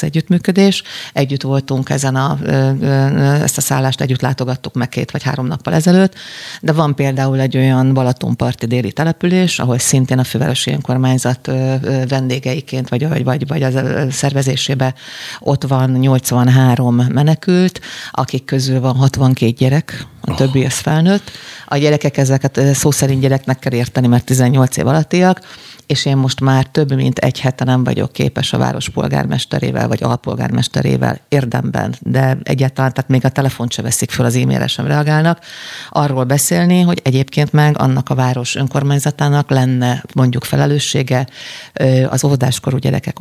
együttműködés. Együtt voltunk ezt a szállást együtt látogattuk meg 2 vagy 3 nappal ezelőtt, de van például egy olyan balatonparti déli település, ahol szintén a fővárosi önkormányzat vendégeiként, vagy az szervezésében ott van 83 menekült, akik közül van 62 gyerek, a többi az felnőtt. A gyerekek ezeket szó szerint gyereknek kell érteni, mert 18 év alattiak, és én most már több mint egy hete nem vagyok képes a város polgármesterével, vagy alpolgármesterével érdemben, de egyáltalán, tehát még a telefont se veszik föl, az e-mailre sem reagálnak, arról beszélni, hogy egyébként meg annak a város önkormányzatának lenne mondjuk felelőssége az óvodáskorú gyerekek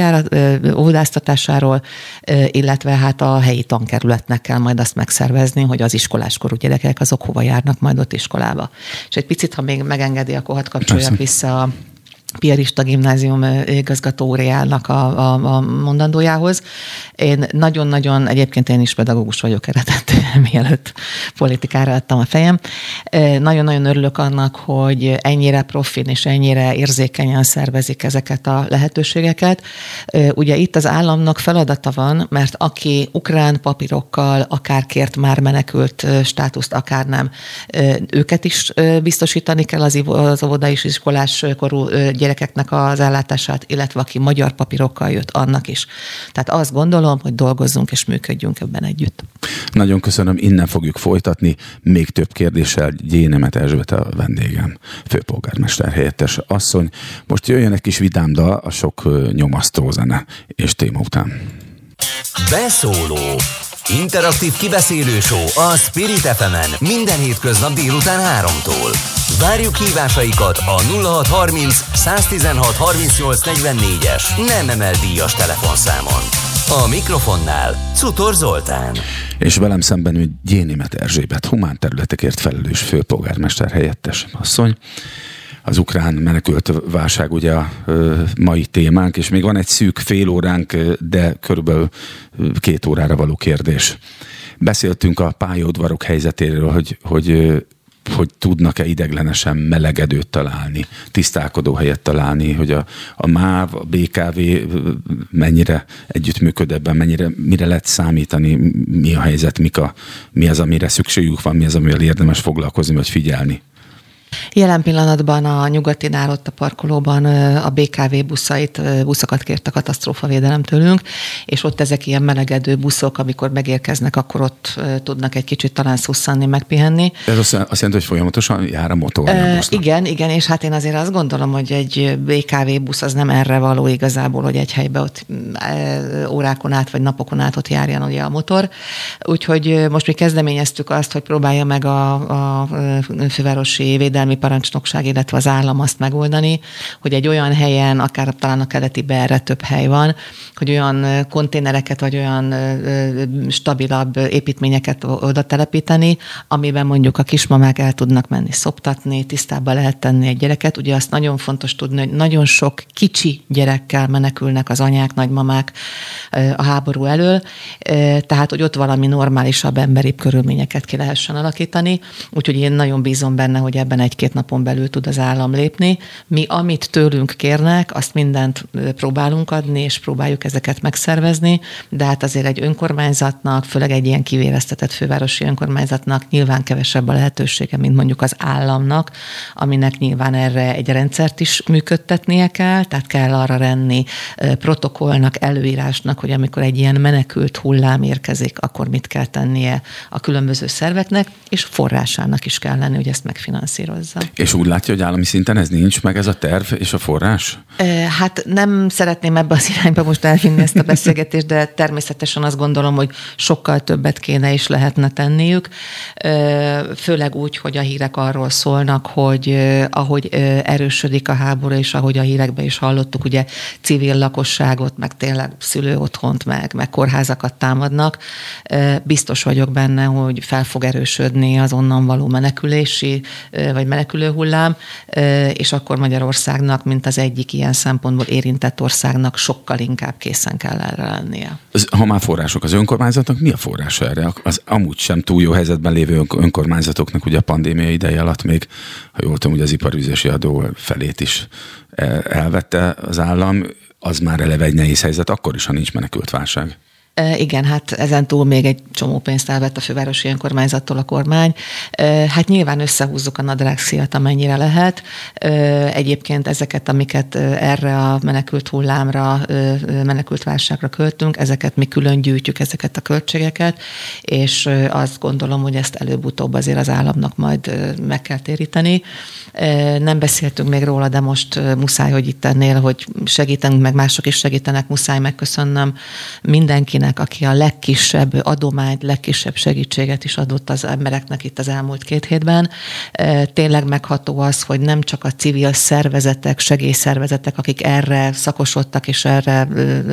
óvodáztatásáról, illetve hát a helyi tankerületnek kell majd azt megszervezni, hogy az iskoláskorú gyerekek azok hova járnak majd ott iskolába. És egy picit, ha még megengedi, akkor hadd kapcsoljak vissza a Piarista Gimnázium igazgató óriának a mondandójához. Én nagyon-nagyon, egyébként én is pedagógus vagyok eredetileg, mielőtt politikára adtam a fejem. Nagyon-nagyon örülök annak, hogy ennyire profin és ennyire érzékenyen szervezik ezeket a lehetőségeket. Ugye itt az államnak feladata van, mert aki ukrán papírokkal akár kért már menekült státuszt, akár nem, őket is biztosítani kell az óvoda és iskolás korú gyerekeknek az ellátását, illetve aki magyar papírokkal jött, annak is. Tehát azt gondolom, hogy dolgozzunk és működjünk ebben együtt. Nagyon köszönöm, innen fogjuk folytatni. Még több kérdéssel Gyénemet Erzsébet a vendégem, főpolgármester helyettes asszony. Most jöjjön egy kis vidám dal, a sok nyomasztó zene és téma után. Beszóló. Interaktív kibeszélő show a Spirit FM-en minden hétköznap délután 3-tól. Várjuk hívásaikat a 0630 116 38 44-es nem emel díjas telefonszámon. A mikrofonnál Cutor Zoltán. És velem szemben ő Gyénémet Erzsébet, humán területekért felelős főpolgármester helyettes asszony. Az ukrán menekült válság ugye a mai témánk, és még van egy szűk fél óránk, de körülbelül 2 órára való kérdés. Beszéltünk a pályaudvarok helyzetéről, hogy tudnak-e ideglenesen melegedőt találni, tisztálkodó helyet találni, hogy a MÁV, a BKV mennyire együttműköd ebben, mire lehet számítani, mi a helyzet, mi az, amire szükségük van, mi az, amivel érdemes foglalkozni, vagy figyelni. Jelen pillanatban a Nyugatinál ott a parkolóban a BKV buszokat kért a katasztrófavédelem tőlünk, és ott ezek ilyen melegedő buszok, amikor megérkeznek, akkor ott tudnak egy kicsit talán szusszanni, megpihenni. Ez azt jelenti, hogy folyamatosan jár a motor. Igen, és hát én azért azt gondolom, hogy egy BKV busz az nem erre való igazából, hogy egy helyben ott órákon át, vagy napokon át ott járjan ugye a motor. Úgyhogy most mi kezdeményeztük azt, hogy próbálja meg a fővárosi védelmi parancsnokság, illetve az állam azt megoldani, hogy egy olyan helyen, akár talán a keletiben erre több hely van, hogy olyan konténereket, vagy olyan stabilabb építményeket oda telepíteni, amiben mondjuk a kismamák el tudnak menni szoptatni, tisztába lehet tenni egy gyereket. Ugye azt nagyon fontos tudni, hogy nagyon sok kicsi gyerekkel menekülnek az anyák, nagymamák a háború elől, tehát, hogy ott valami normálisabb, emberibb körülményeket ki lehessen alakítani. Úgyhogy én nagyon bízom benne, hogy ebben 1-2 napon belül tud az állam lépni. Mi, amit tőlünk kérnek, azt mindent próbálunk adni, és próbáljuk ezeket megszervezni, de hát azért egy önkormányzatnak, főleg egy ilyen kivéreztetett fővárosi önkormányzatnak nyilván kevesebb a lehetősége, mint mondjuk az államnak, aminek nyilván erre egy rendszert is működtetnie kell, tehát kell arra lenni protokollnak, előírásnak, hogy amikor egy ilyen menekült hullám érkezik, akkor mit kell tennie a különböző szerveknek, és forrásának is kell lenni, hogy ezt megfinanszírozza. És úgy látja, hogy állami szinten ez nincs meg, ez a terv és a forrás? Hát nem szeretném ebbe az irányba most elvinni ezt a beszélgetést, de természetesen azt gondolom, hogy sokkal többet kéne és lehetne tenniük. Főleg úgy, hogy a hírek arról szólnak, hogy ahogy erősödik a háború, és ahogy a hírekben is hallottuk, ugye civil lakosságot, meg tényleg szülőotthont, meg kórházakat támadnak. Biztos vagyok benne, hogy fel fog erősödni az onnan való menekülési, vagy menekülő hullám, és akkor Magyarországnak, mint az egyik ilyen szempontból érintett országnak sokkal inkább készen kell erre lennie. Ha már források, az önkormányzatnak mi a forrása erre? Az amúgy sem túl jó helyzetben lévő önkormányzatoknak ugye a pandémia ideje alatt még, ha jól tudom, ugye az iparűzési adó felét is elvette az állam. az már eleve egy nehéz helyzet, akkor is, ha nincs menekült válság. Igen, hát ezen túl még egy csomó pénzt elvett a fővárosi önkormányzattól a kormány. Hát nyilván összehúzzuk a nadrágszíjat, amennyire lehet. Egyébként ezeket, amiket erre a menekült hullámra, menekült válságra költünk, ezeket mi külön gyűjtjük, ezeket a költségeket, és azt gondolom, hogy ezt előbb-utóbb azért az államnak majd meg kell téríteni. Nem beszéltünk még róla, de most muszáj, hogy itt ennél, hogy segítenünk, meg mások is segítenek, muszáj megköszönnöm mindenkinek, aki a legkisebb adományt, legkisebb segítséget is adott az embereknek itt az elmúlt 2 hétben. Tényleg megható az, hogy nem csak a civil szervezetek, segélyszervezetek, akik erre szakosodtak és erre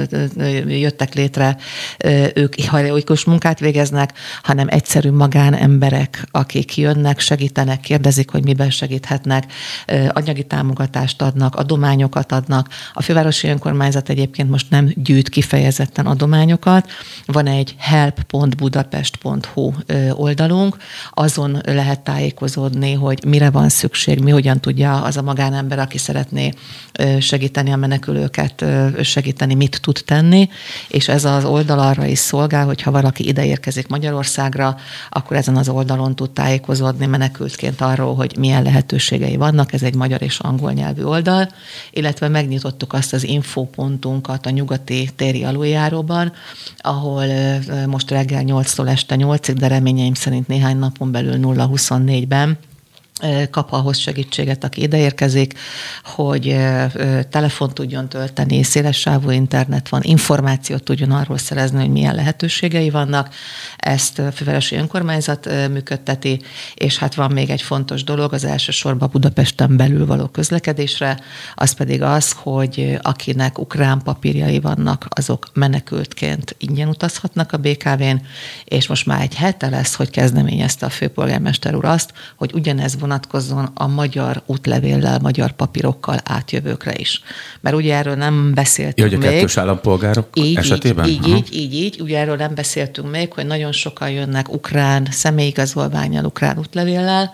jöttek létre, ők heroikus munkát végeznek, hanem egyszerű magánemberek, akik jönnek, segítenek, kérdezik, hogy miben segíthetnek, anyagi támogatást adnak, adományokat adnak. A fővárosi önkormányzat egyébként most nem gyűjt kifejezetten adományokat. Van egy help.budapest.hu oldalunk, azon lehet tájékozódni, hogy mire van szükség, mi hogyan tudja az a magánember, aki szeretné segíteni a menekülőket, segíteni, mit tud tenni, és ez az oldal arra is szolgál, hogyha valaki ide érkezik Magyarországra, akkor ezen az oldalon tud tájékozódni menekültként arról, hogy milyen lehetőségei vannak, ez egy magyar és angol nyelvű oldal, illetve megnyitottuk azt az infópontunkat a nyugati téri aluljáróban, ahol most reggel 8-tól este 8-ig, de reményeim szerint néhány napon belül 0-24-ben kap ahhoz segítséget, aki ide érkezik, hogy telefont tudjon tölteni, szélessávú internet van, információt tudjon arról szerezni, hogy milyen lehetőségei vannak. Ezt a fővárosi önkormányzat működteti, és hát van még egy fontos dolog, az elsősorban Budapesten belül való közlekedésre, az pedig az, hogy akinek ukrán papírjai vannak, azok menekültként ingyen utazhatnak a BKV-n, és most már egy hete lesz, hogy kezdeményezte a főpolgármester úr azt, hogy ugyanez vonatkozzon a magyar útlevéllel, magyar papírokkal átjövőkre is. Mert ugye erről nem beszéltünk még. Hogy a kettős állampolgárok esetében? Így. Ugye erről nem beszéltünk még, hogy nagyon sokan jönnek ukrán személyigazolvánnyal, ukrán útlevéllel,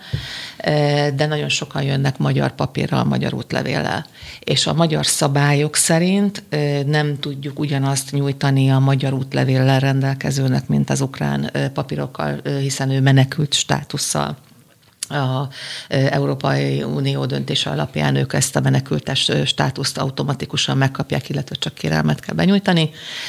de nagyon sokan jönnek magyar papírral, magyar útlevéllel. És a magyar szabályok szerint nem tudjuk ugyanazt nyújtani a magyar útlevéllel rendelkezőnek, mint az ukrán papírokkal, hiszen ő menekült státusszal. A Európai Unió döntése alapján ők ezt a menekültes státuszt automatikusan megkapják, illetve csak kérelmet kell benyújtani.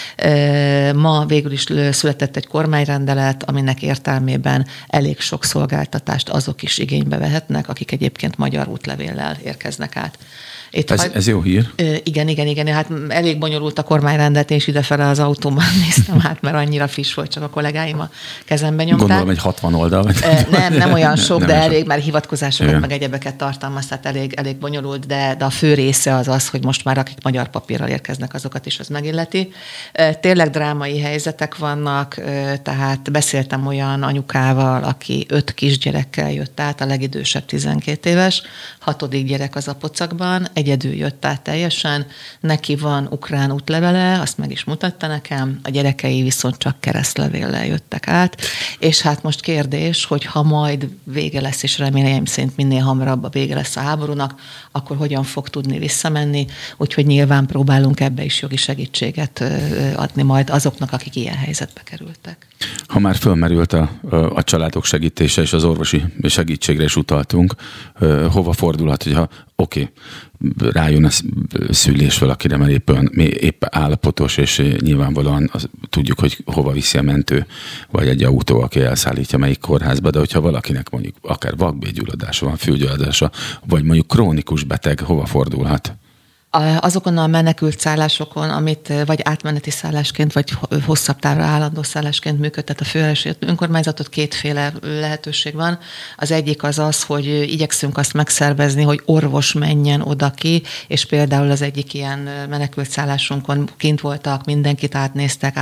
Ma végül is született egy kormányrendelet, aminek értelmében elég sok szolgáltatást azok is igénybe vehetnek, akik egyébként magyar útlevéllel érkeznek át. Ez jó hír. Igen. Hát elég bonyolult a kormányrendet, és idefele az autóban néztem át, mert annyira friss volt, csak a kollégáim a kezembe nyomták. Gondolom egy 60 oldal. Nem olyan sok, nem de elég, mert hivatkozásokat, meg egyebeket tartalmaz, tehát elég bonyolult, de a fő része az, hogy most már akik magyar papírral érkeznek, azokat is az megilleti. Tényleg drámai helyzetek vannak, tehát beszéltem olyan anyukával, aki 5 kisgyerekkel jött át, a legidősebb 12 éves, 6. gyerek az a pocakban, egyedül jött át teljesen, neki van ukrán útlevele, azt meg is mutatta nekem, a gyerekei viszont csak keresztlevéllel jöttek át, és hát most kérdés, hogy ha majd vége lesz, és remélem szerint minél hamarabb a vége lesz a háborúnak, akkor hogyan fog tudni visszamenni, úgyhogy nyilván próbálunk ebbe is jogi segítséget adni majd azoknak, akik ilyen helyzetbe kerültek. Ha már fölmerült a családok segítése és az orvosi segítségre is utaltunk, hova fordulhat, hogyha rájön a szülés valakire, mert éppen állapotos, és nyilvánvalóan tudjuk, hogy hova viszi a mentő, vagy egy autó, aki elszállítja melyik kórházba, de hogyha valakinek mondjuk akár vakbélgyulladása van, fülgyulladása, vagy mondjuk krónikus beteg, hova fordulhat? Azokon a menekült szállásokon, amit vagy átmeneti szállásként, vagy hosszabb távra állandó szállásként működtet a fővárosi önkormányzatot, 2 lehetőség van. Az egyik az, hogy igyekszünk azt megszervezni, hogy orvos menjen oda ki, és például az egyik ilyen menekült szállásunkon kint voltak, mindenkit átnéztek,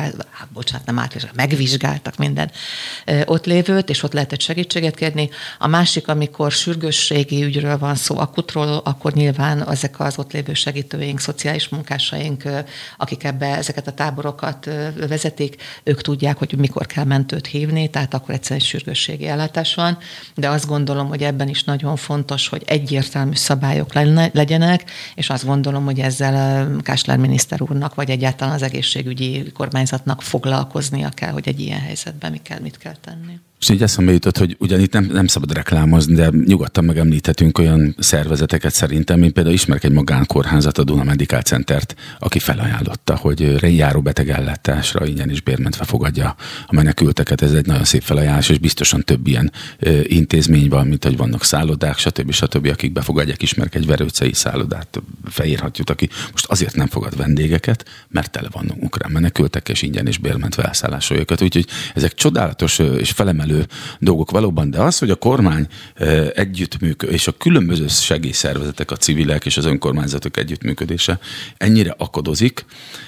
megvizsgáltak minden ott lévőt, és ott lehetett segítséget kérni. A másik, amikor sürgősségi ügyről van szó, akutról, akkor nyilván ezek az ott lévő lévő segítőink, szociális munkásaink, akik ezeket a táborokat vezetik, ők tudják, hogy mikor kell mentőt hívni, tehát akkor egyszerűen sürgősségi ellátás van, de azt gondolom, hogy ebben is nagyon fontos, hogy egyértelmű szabályok legyenek, és azt gondolom, hogy ezzel Kásler miniszter úrnak, vagy egyáltalán az egészségügyi kormányzatnak foglalkoznia kell, hogy egy ilyen helyzetben mit kell tenni. És így eszembe jutott, hogy ugyan itt nem szabad reklámozni, de nyugodtan megemlíthetünk olyan szervezeteket szerintem, mint például ismerek egy magánkórházat, a Duna Medical Centert, aki felajánlotta, hogy járó betegellátásra ingyen is bérmentve fogadja a menekülteket. Ez egy nagyon szép felajánlás, és biztosan több ilyen intézmény van, mint hogy vannak szállodák, stb., akik befogadják. Ismerek egy verőcei szállodát, Fehérhattyút, aki most azért nem fogad vendégeket, mert tele vannak ukrán menekültek, és ingyen is bérmentve elszállásolja őket. Úgyhogy ezek csodálatos és felemelő dolgok valóban, de az, hogy a kormány együttműködés, és a különböző segélyszervezetek, a civilek és az önkormányzatok együttműködése ennyire akadozik,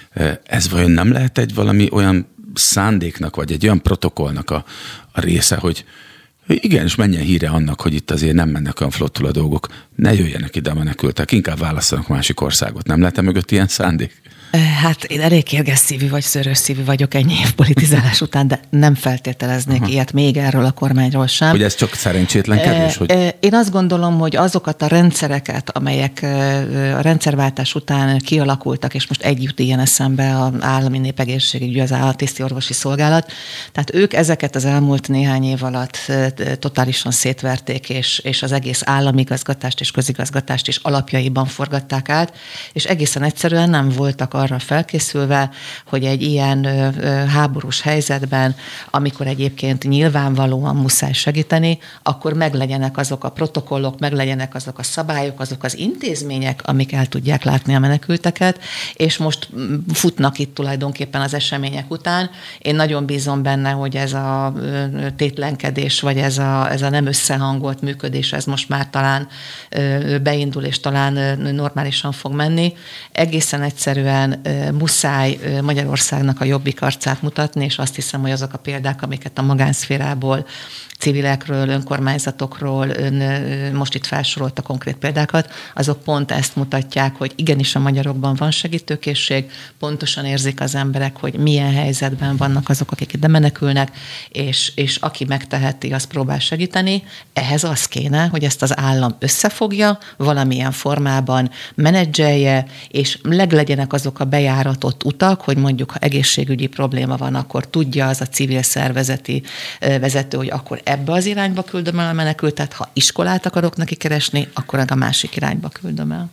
ez vajon nem lehet egy valami olyan szándéknak, vagy egy olyan protokollnak a része, hogy igenis menjen híre annak, hogy itt azért nem mennek olyan flottul a dolgok, ne jöjjenek ide a menekültek, inkább válasszanak másik országot. Nem lehet mögött ilyen szándék? Hát én elég kérges szívű vagy szörös szívű vagyok ennyi év politizálás után, de nem feltételeznék ilyet még erről a kormányról sem. Hogy ez csak szerencsétlenkedés? Én azt gondolom, hogy azokat a rendszereket, amelyek a rendszerváltás után kialakultak, és most egy jut ilyen eszembe az állami népegészségügy, az állatiszti orvosi szolgálat, tehát ők ezeket az elmúlt néhány év alatt totálisan szétverték, és az egész állami igazgatást és közigazgatást is alapjaiban forgatták át, és egészen egyszerűen nem voltak arra felkészülve, hogy egy ilyen háborús helyzetben, amikor egyébként nyilvánvalóan muszáj segíteni, akkor meglegyenek azok a protokollok, meglegyenek azok a szabályok, azok az intézmények, amik el tudják látni a menekülteket, és most futnak itt tulajdonképpen az események után. Én nagyon bízom benne, hogy ez a tétlenkedés, vagy ez a nem összehangolt működés, ez most már talán beindul, és talán normálisan fog menni. Egészen egyszerűen muszáj Magyarországnak a jobbik arcát mutatni, és azt hiszem, hogy azok a példák, amiket a magánszférából, civilekről, önkormányzatokról, most itt felsorolt a konkrét példákat, azok pont ezt mutatják, hogy igenis a magyarokban van segítőkészség, pontosan érzik az emberek, hogy milyen helyzetben vannak azok, akik ide menekülnek, és aki megteheti, az próbál segíteni. Ehhez az kéne, hogy ezt az állam összefogja, valamilyen formában menedzselje, és legyenek azok a bejáratott utak, hogy mondjuk, ha egészségügyi probléma van, akkor tudja az a civil szervezeti vezető, hogy akkor ebbe az irányba küldöm el a menekültet, ha iskolát akarok neki keresni, akkor a másik irányba küldöm el.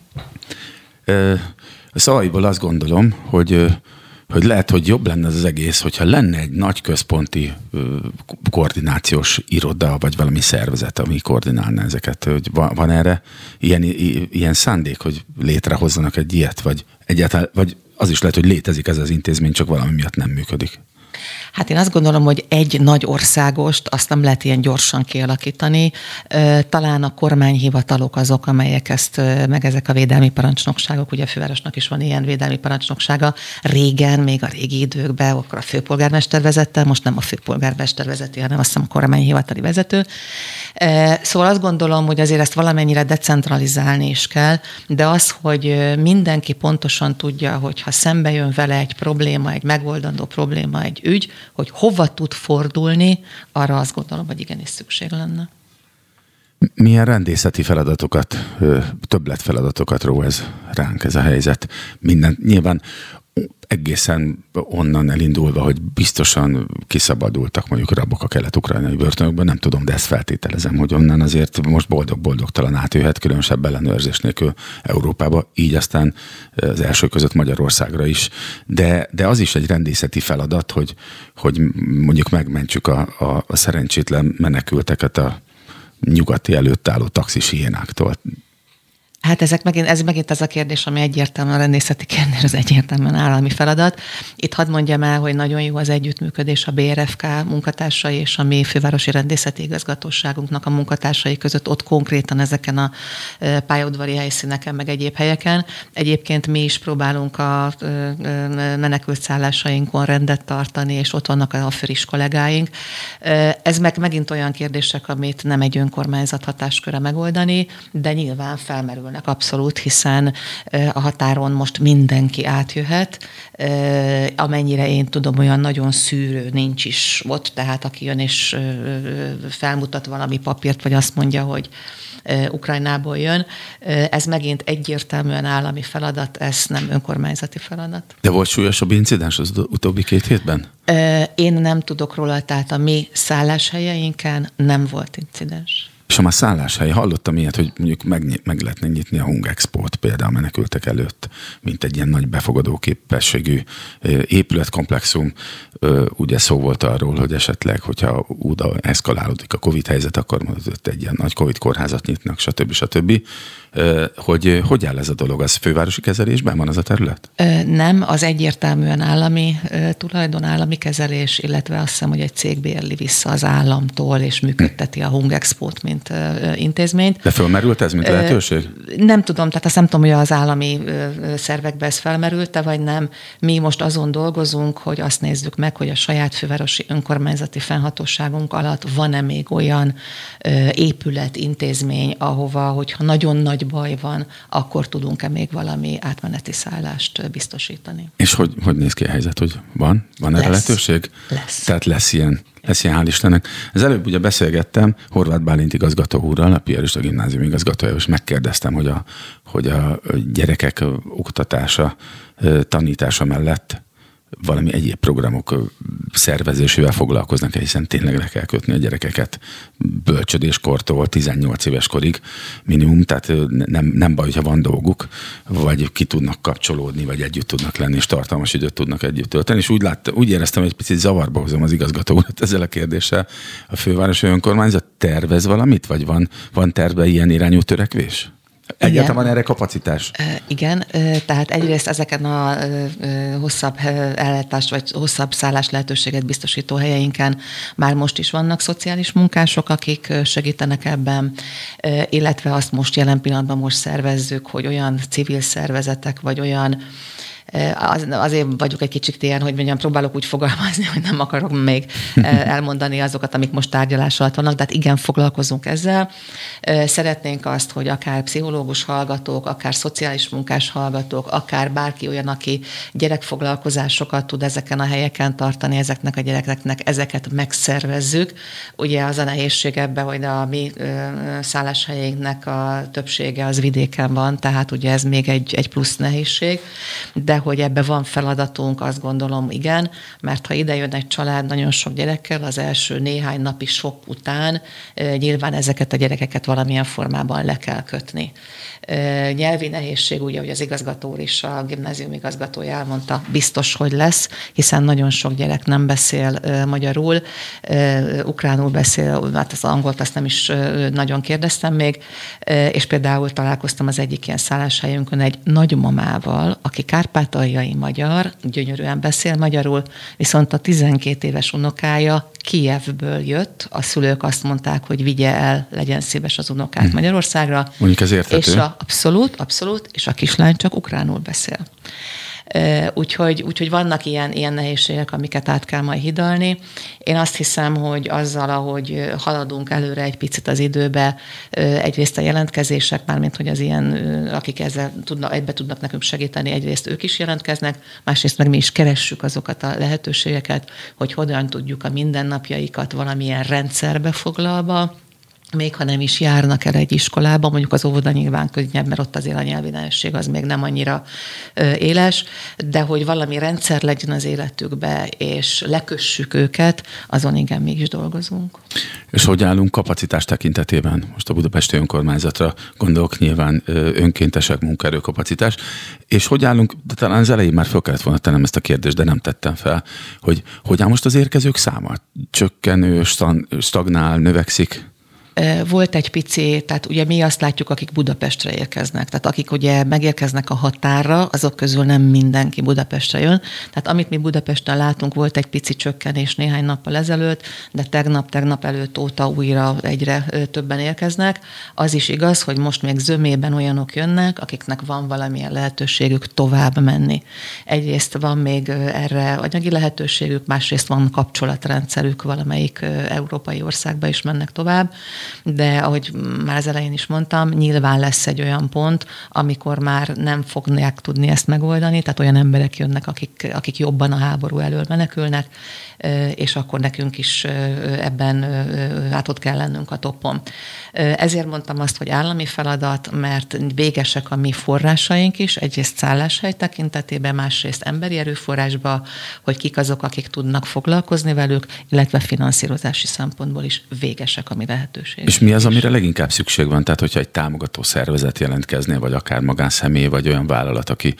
A szavaiból azt gondolom, hogy lehet, hogy jobb lenne az egész, hogyha lenne egy nagy központi koordinációs iroda, vagy valami szervezet, ami koordinálna ezeket. Hogy van erre ilyen szándék, hogy létrehozzanak egy ilyet, vagy egyáltalán, vagy az is lehet, hogy létezik ez az intézmény, csak valami miatt nem működik. Hát én azt gondolom, hogy egy nagy országost azt nem lehet ilyen gyorsan kialakítani. Talán a kormányhivatalok azok, amelyek ezt, meg ezek a védelmi parancsnokságok, ugye a fővárosnak is van ilyen védelmi parancsnoksága. Régen, még a régi időkben, akkor a főpolgármester vezette, most nem a főpolgármester vezeti, hanem azt hiszem a kormányhivatali vezető. Szóval azt gondolom, hogy azért ezt valamennyire decentralizálni is kell, de az, hogy mindenki pontosan tudja, hogy ha szembe jön vele egy probléma, egy megoldandó probléma, egy ügy, hogy hova tud fordulni, arra azt gondolom, hogy igenis szükség lenne. Milyen rendészeti feladatokat, többletfeladatokat ró ez ránk, ez a helyzet? Minden, nyilván egészen onnan elindulva, hogy biztosan kiszabadultak mondjuk rabok a kelet-ukrajnai börtönökben, nem tudom, de ezt feltételezem, hogy onnan azért most boldog-boldogtalan átjöhet különösebb ellenőrzés nélkül Európába, így aztán az első között Magyarországra is. De az is egy rendészeti feladat, hogy mondjuk megmentsük a szerencsétlen menekülteket a nyugati előtt álló taxis hiénáktól. Hát ez megint az a kérdés, ami egyértelműen a rendészeti kérdés, az egyértelműen állami feladat. Itt hadd mondjam el, hogy nagyon jó az együttműködés a BRFK munkatársai és a mi fővárosi rendészeti igazgatóságunknak a munkatársai között, ott konkrétan ezeken a pályaudvari helyszíneken, meg egyéb helyeken. Egyébként mi is próbálunk a menekült szállásainkon rendet tartani, és ott vannak a főis kollégáink. Ez megint olyan kérdések, amit nem egy önkormányzat hatásköre megoldani, de nyilván felmerül merülnek abszolút, hiszen a határon most mindenki átjöhet. Amennyire én tudom, olyan nagyon szűrő nincs is ott, tehát aki jön és felmutat valami papírt, vagy azt mondja, hogy Ukrajnából jön. Ez megint egyértelműen állami feladat, ez nem önkormányzati feladat. De volt súlyosabb incidens az utóbbi 2 hétben? Én nem tudok róla, tehát a mi szálláshelyeinken nem volt incidens. És ha már szálláshely, hallottam ilyet, hogy mondjuk meg lehetne nyitni a Hungexpót például a menekültek előtt, mint egy ilyen nagy befogadó képességű épületkomplexum. Ugye szó volt arról, hogy esetleg, hogyha oda eszkalálódik a Covid helyzet, akkor ott egy ilyen nagy Covid kórházat nyitnak, stb. Hogy áll ez a dolog? Az fővárosi kezelésben van az a terület? Nem, az egyértelműen állami tulajdon, állami kezelés, illetve azt hiszem, hogy egy cég bérli vissza az államtól, és működteti a Hungexpót, mint intézményt. De fölmerült ez, mint lehetőség? Nem tudom, tehát azt nem tudom, hogy az állami szervekben ez felmerült-e, vagy nem. Mi most azon dolgozunk, hogy azt nézzük meg, hogy a saját fővárosi önkormányzati fennhatóságunk alatt van-e még olyan épület, intézmény, ahova, hogyha nagyon nagy baj van, akkor tudunk-e még valami átmeneti szállást biztosítani. És hogy néz ki a helyzet, hogy van erre lehetőség? Lesz. Tehát lesz ilyen, hál' Istennek. Az előbb ugye beszélgettem Horváth Bálint igazgató úrral, a Piarista Gimnázium igazgatója, és megkérdeztem, hogy a gyerekek oktatása, tanítása mellett valami egyéb programok szervezésével foglalkoznak, hiszen tényleg le kell kötni a gyerekeket bölcsödéskortól 18 éves korig minimum, tehát nem baj, ha van dolguk, vagy ki tudnak kapcsolódni, vagy együtt tudnak lenni, és tartalmas időt tudnak együtt tölteni, és úgy éreztem, hogy egy picit zavarba hozom az igazgató urat ezzel a kérdéssel. A fővárosi önkormányzat tervez valamit, vagy van tervben ilyen irányú törekvés? Egyáltalán van erre kapacitás? Igen, tehát egyrészt ezeken a hosszabb ellátást vagy hosszabb szállás lehetőséget biztosító helyeinken már most is vannak szociális munkások, akik segítenek ebben, illetve azt most jelen pillanatban most szervezzük, hogy olyan civil szervezetek vagy olyan azért vagyok egy kicsit ilyen, hogy mondjam, próbálok úgy fogalmazni, hogy nem akarok még elmondani azokat, amik most tárgyalás alatt vannak, de hát igen, foglalkozunk ezzel. Szeretnénk azt, hogy akár pszichológus hallgatók, akár szociális munkás hallgatók, akár bárki olyan, aki gyerekfoglalkozásokat tud ezeken a helyeken tartani, ezeknek a gyerekeknek, ezeket megszervezzük. Ugye az a nehézség ebben, hogy a mi szálláshelyeinknek a többsége az vidéken van, tehát ugye ez még egy plusz nehézség, de hogy ebbe van feladatunk, azt gondolom, igen, mert ha ide jön egy család nagyon sok gyerekkel, az első néhány napi sok után nyilván ezeket a gyerekeket valamilyen formában le kell kötni. Nyelvi nehézség, ugye, hogy az igazgató is, a gimnázium igazgatója elmondta, biztos, hogy lesz, hiszen nagyon sok gyerek nem beszél magyarul, ukránul beszél, hát az angolt azt nem is nagyon kérdeztem még, és például találkoztam az egyik ilyen szálláshelyünkön egy nagymamával, aki kárpátaljai magyar, gyönyörűen beszél magyarul, viszont a 12 éves unokája Kijevből jött, a szülők azt mondták, hogy vigye el, legyen szíves az unokát Magyarországra. Mondjuk ez érthető. És abszolút, és a kislány csak ukránul beszél. Úgyhogy vannak ilyen nehézségek, amiket át kell majd hidalni. Én azt hiszem, hogy azzal, ahogy haladunk előre egy picit az időbe, egyrészt a jelentkezések, mármint hogy az ilyen, akik ezzel egybe tudnak nekünk segíteni, egyrészt ők is jelentkeznek, másrészt meg mi is keressük azokat a lehetőségeket, hogy hogyan tudjuk a mindennapjaikat valamilyen rendszerbe foglalva, még ha nem is járnak el egy iskolába, mondjuk az óvoda nyilván könnyebb, mert ott azért a nyelvi nehézség az még nem annyira éles, de hogy valami rendszer legyen az életükbe, és lekössük őket, azon igen, mégis dolgozunk. És hogy állunk kapacitás tekintetében? Most a budapesti önkormányzatra gondolok, nyilván önkéntesek, munkaerőkapacitás, és hogy állunk, de talán az elején már fel kellett volna tennem ezt a kérdést, de nem tettem fel, hogy áll most az érkezők száma? Csökkenő, stagnál, növekszik? Volt egy pici, tehát ugye mi azt látjuk, akik Budapestre érkeznek. Tehát akik ugye megérkeznek a határra, azok közül nem mindenki Budapestre jön. Tehát amit mi Budapesten látunk, volt egy pici csökkenés néhány nappal ezelőtt, de tegnap előtt óta újra egyre többen érkeznek. Az is igaz, hogy most még zömében olyanok jönnek, akiknek van valamilyen lehetőségük tovább menni. Egyrészt van még erre anyagi lehetőségük, másrészt van kapcsolatrendszerük, valamelyik európai országba is mennek tovább. de ahogy már az elején is mondtam, nyilván lesz egy olyan pont, amikor már nem fogják tudni ezt megoldani, tehát olyan emberek jönnek, akik jobban a háború elől menekülnek, és akkor nekünk is ebben ott kell lennünk a toppon. Ezért mondtam azt, hogy állami feladat, mert végesek a mi forrásaink is, egyrészt szálláshely tekintetében, másrészt emberi erőforrásba, hogy kik azok, akik tudnak foglalkozni velük, illetve finanszírozási szempontból is végesek a mi lehetőségek. És mi az, amire leginkább szükség van? Tehát, hogyha egy támogató szervezet jelentkezné, vagy akár magánszemély, vagy olyan vállalat, aki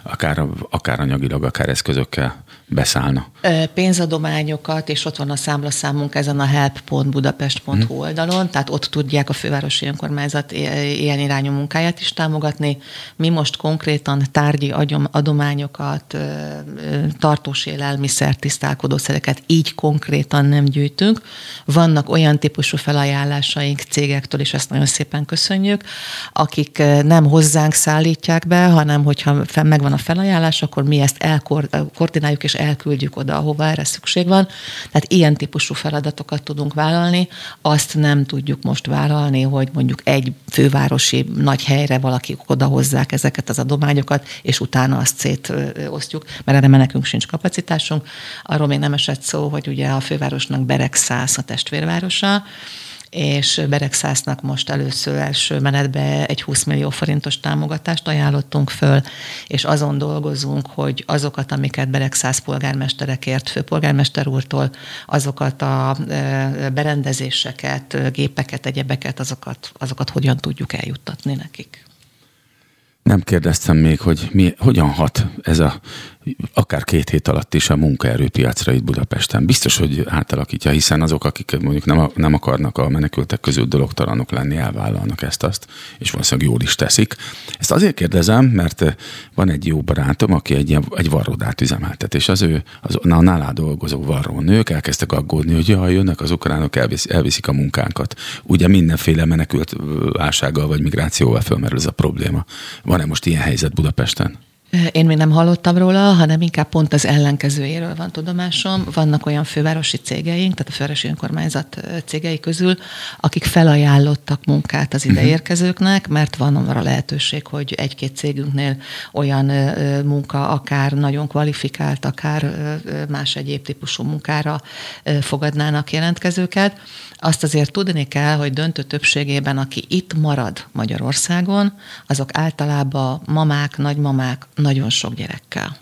akár anyagilag, akár eszközökkel beszállna? Pénzadományokat, és ott van a számlaszámunk ezen a help.budapest.hu oldalon, tehát ott tudják a fővárosi önkormányzat ilyen irányú munkáját is támogatni. Mi most konkrétan tárgyi adományokat, tartós élelmiszer, tisztálkodószereket így konkrétan nem gyűjtünk. Vannak olyan típusú felajánlásaink cégektől, és ezt nagyon szépen köszönjük, akik nem hozzánk szállítják be, hanem hogyha megvan a felajánlás, akkor mi ezt koordináljuk és elküldjük oda, ahova erre szükség van. Tehát ilyen típusú feladatokat tudunk vállalni. Azt nem tudjuk most vállalni, hogy mondjuk egy fővárosi nagy helyre valakik odahozzák ezeket az adományokat, és utána azt szétosztjuk, mert erre nekünk sincs kapacitásunk. Arról még nem esett szó, hogy ugye a fővárosnak Beregszász a testvérvárosa, és Beregszásznak most először első menetben egy 20 millió forintos támogatást ajánlottunk föl, és azon dolgozunk, hogy azokat, amiket Beregszász polgármesterekért, főpolgármester úrtól, azokat a berendezéseket, gépeket, egyebeket, azokat hogyan tudjuk eljuttatni nekik. Nem kérdeztem még, hogy hogyan hat ez akár 2 hét alatt is a munkaerőpiacra itt Budapesten. Biztos, hogy átalakítja, hiszen azok, akik mondjuk nem akarnak a menekültek közül dologtalanok lenni, elvállalnak ezt-azt, és valószínűleg jól is teszik. Ezt azért kérdezem, mert van egy jó barátom, aki egy varrodát üzemeltet, és a nálá dolgozó varrónők elkezdtek aggódni, hogy jönnek az ukránok, elviszik a munkánkat. Ugye mindenféle menekült válsággal vagy migrációval fölmerül ez a probléma. Van-e most ilyen helyzet Budapesten? Én még nem hallottam róla, hanem inkább pont az ellenkezőjéről van tudomásom. Vannak olyan fővárosi cégeink, tehát a fővárosi önkormányzat cégei közül, akik felajánlottak munkát az ideérkezőknek, mert van arra lehetőség, hogy 1-2 cégünknél olyan munka, akár nagyon kvalifikált, akár más egyéb típusú munkára fogadnának jelentkezőket. Azt azért tudni kell, hogy döntő többségében, aki itt marad Magyarországon, azok általában mamák, nagymamák, nagyon sok gyerekkel.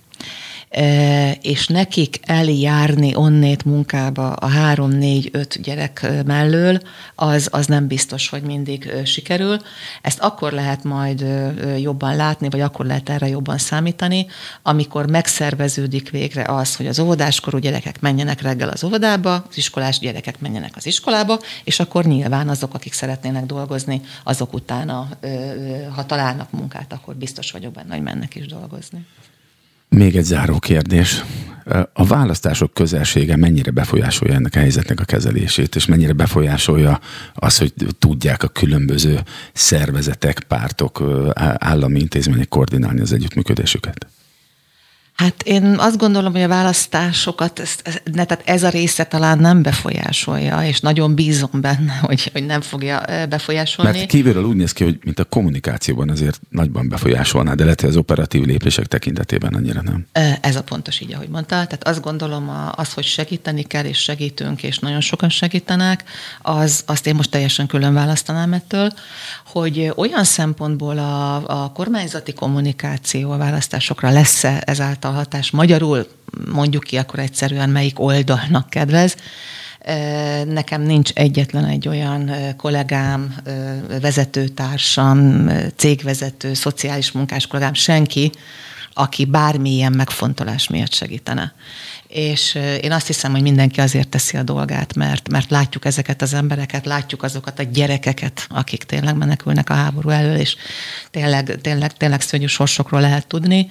És nekik eljárni onnét munkába a 3-4-5 gyerek mellől, az nem biztos, hogy mindig sikerül. Ezt akkor lehet majd jobban látni, vagy akkor lehet erre jobban számítani, amikor megszerveződik végre az, hogy az óvodáskorú gyerekek menjenek reggel az óvodába, az iskolás gyerekek menjenek az iskolába, és akkor nyilván azok, akik szeretnének dolgozni, azok utána, ha találnak munkát, akkor biztos vagyok benne, hogy mennek is dolgozni. Még egy záró kérdés. A választások közelsége mennyire befolyásolja ennek a helyzetnek a kezelését, és mennyire befolyásolja az, hogy tudják a különböző szervezetek, pártok, állami intézmények koordinálni az együttműködésüket? Hát én azt gondolom, hogy a választásokat, tehát ez a része talán nem befolyásolja, és nagyon bízom benne, hogy nem fogja befolyásolni. Mert kívülről úgy néz ki, hogy mint a kommunikációban azért nagyban befolyásolná, de lehet, hogy az operatív lépések tekintetében annyira nem. Ez a pontos így, ahogy mondta. Tehát azt gondolom, hogy segíteni kell, és segítünk, és nagyon sokan segítenek, azt én most teljesen külön választanám ettől, hogy olyan szempontból a kormányzati kommunikáció a választásokra lesz-e ezáltal hatás. Magyarul mondjuk ki akkor egyszerűen, melyik oldalnak kedvez. Nekem nincs egyetlen egy olyan kollégám, vezetőtársam, cégvezető, szociális munkás kollégám, senki, aki bármilyen megfontolás miatt segítene. És én azt hiszem, hogy mindenki azért teszi a dolgát, mert látjuk ezeket az embereket, látjuk azokat a gyerekeket, akik tényleg menekülnek a háború elől, és tényleg szörnyű sorsokról lehet tudni.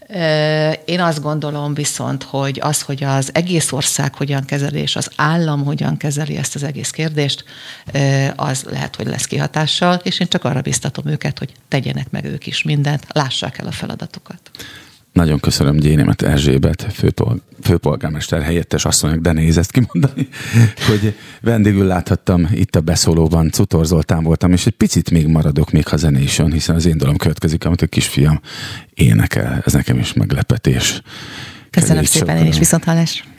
Én azt gondolom viszont, hogy az egész ország hogyan kezeli, és az állam hogyan kezeli ezt az egész kérdést, az lehet, hogy lesz kihatással, és én csak arra biztatom őket, hogy tegyenek meg ők is mindent, lássák el a feladatokat. Nagyon köszönöm Gyénémet Erzsébet, főpolgármester helyettes asszonynak, de nehéz ezt kimondani, hogy vendégül láthattam itt a beszólóban, Cutor Zoltán voltam, és egy picit még maradok, még ha zene is jön, hiszen az én dalom következik, amit a kisfiam énekel. Ez nekem is meglepetés. Köszönöm szépen, én is, viszonthallásra.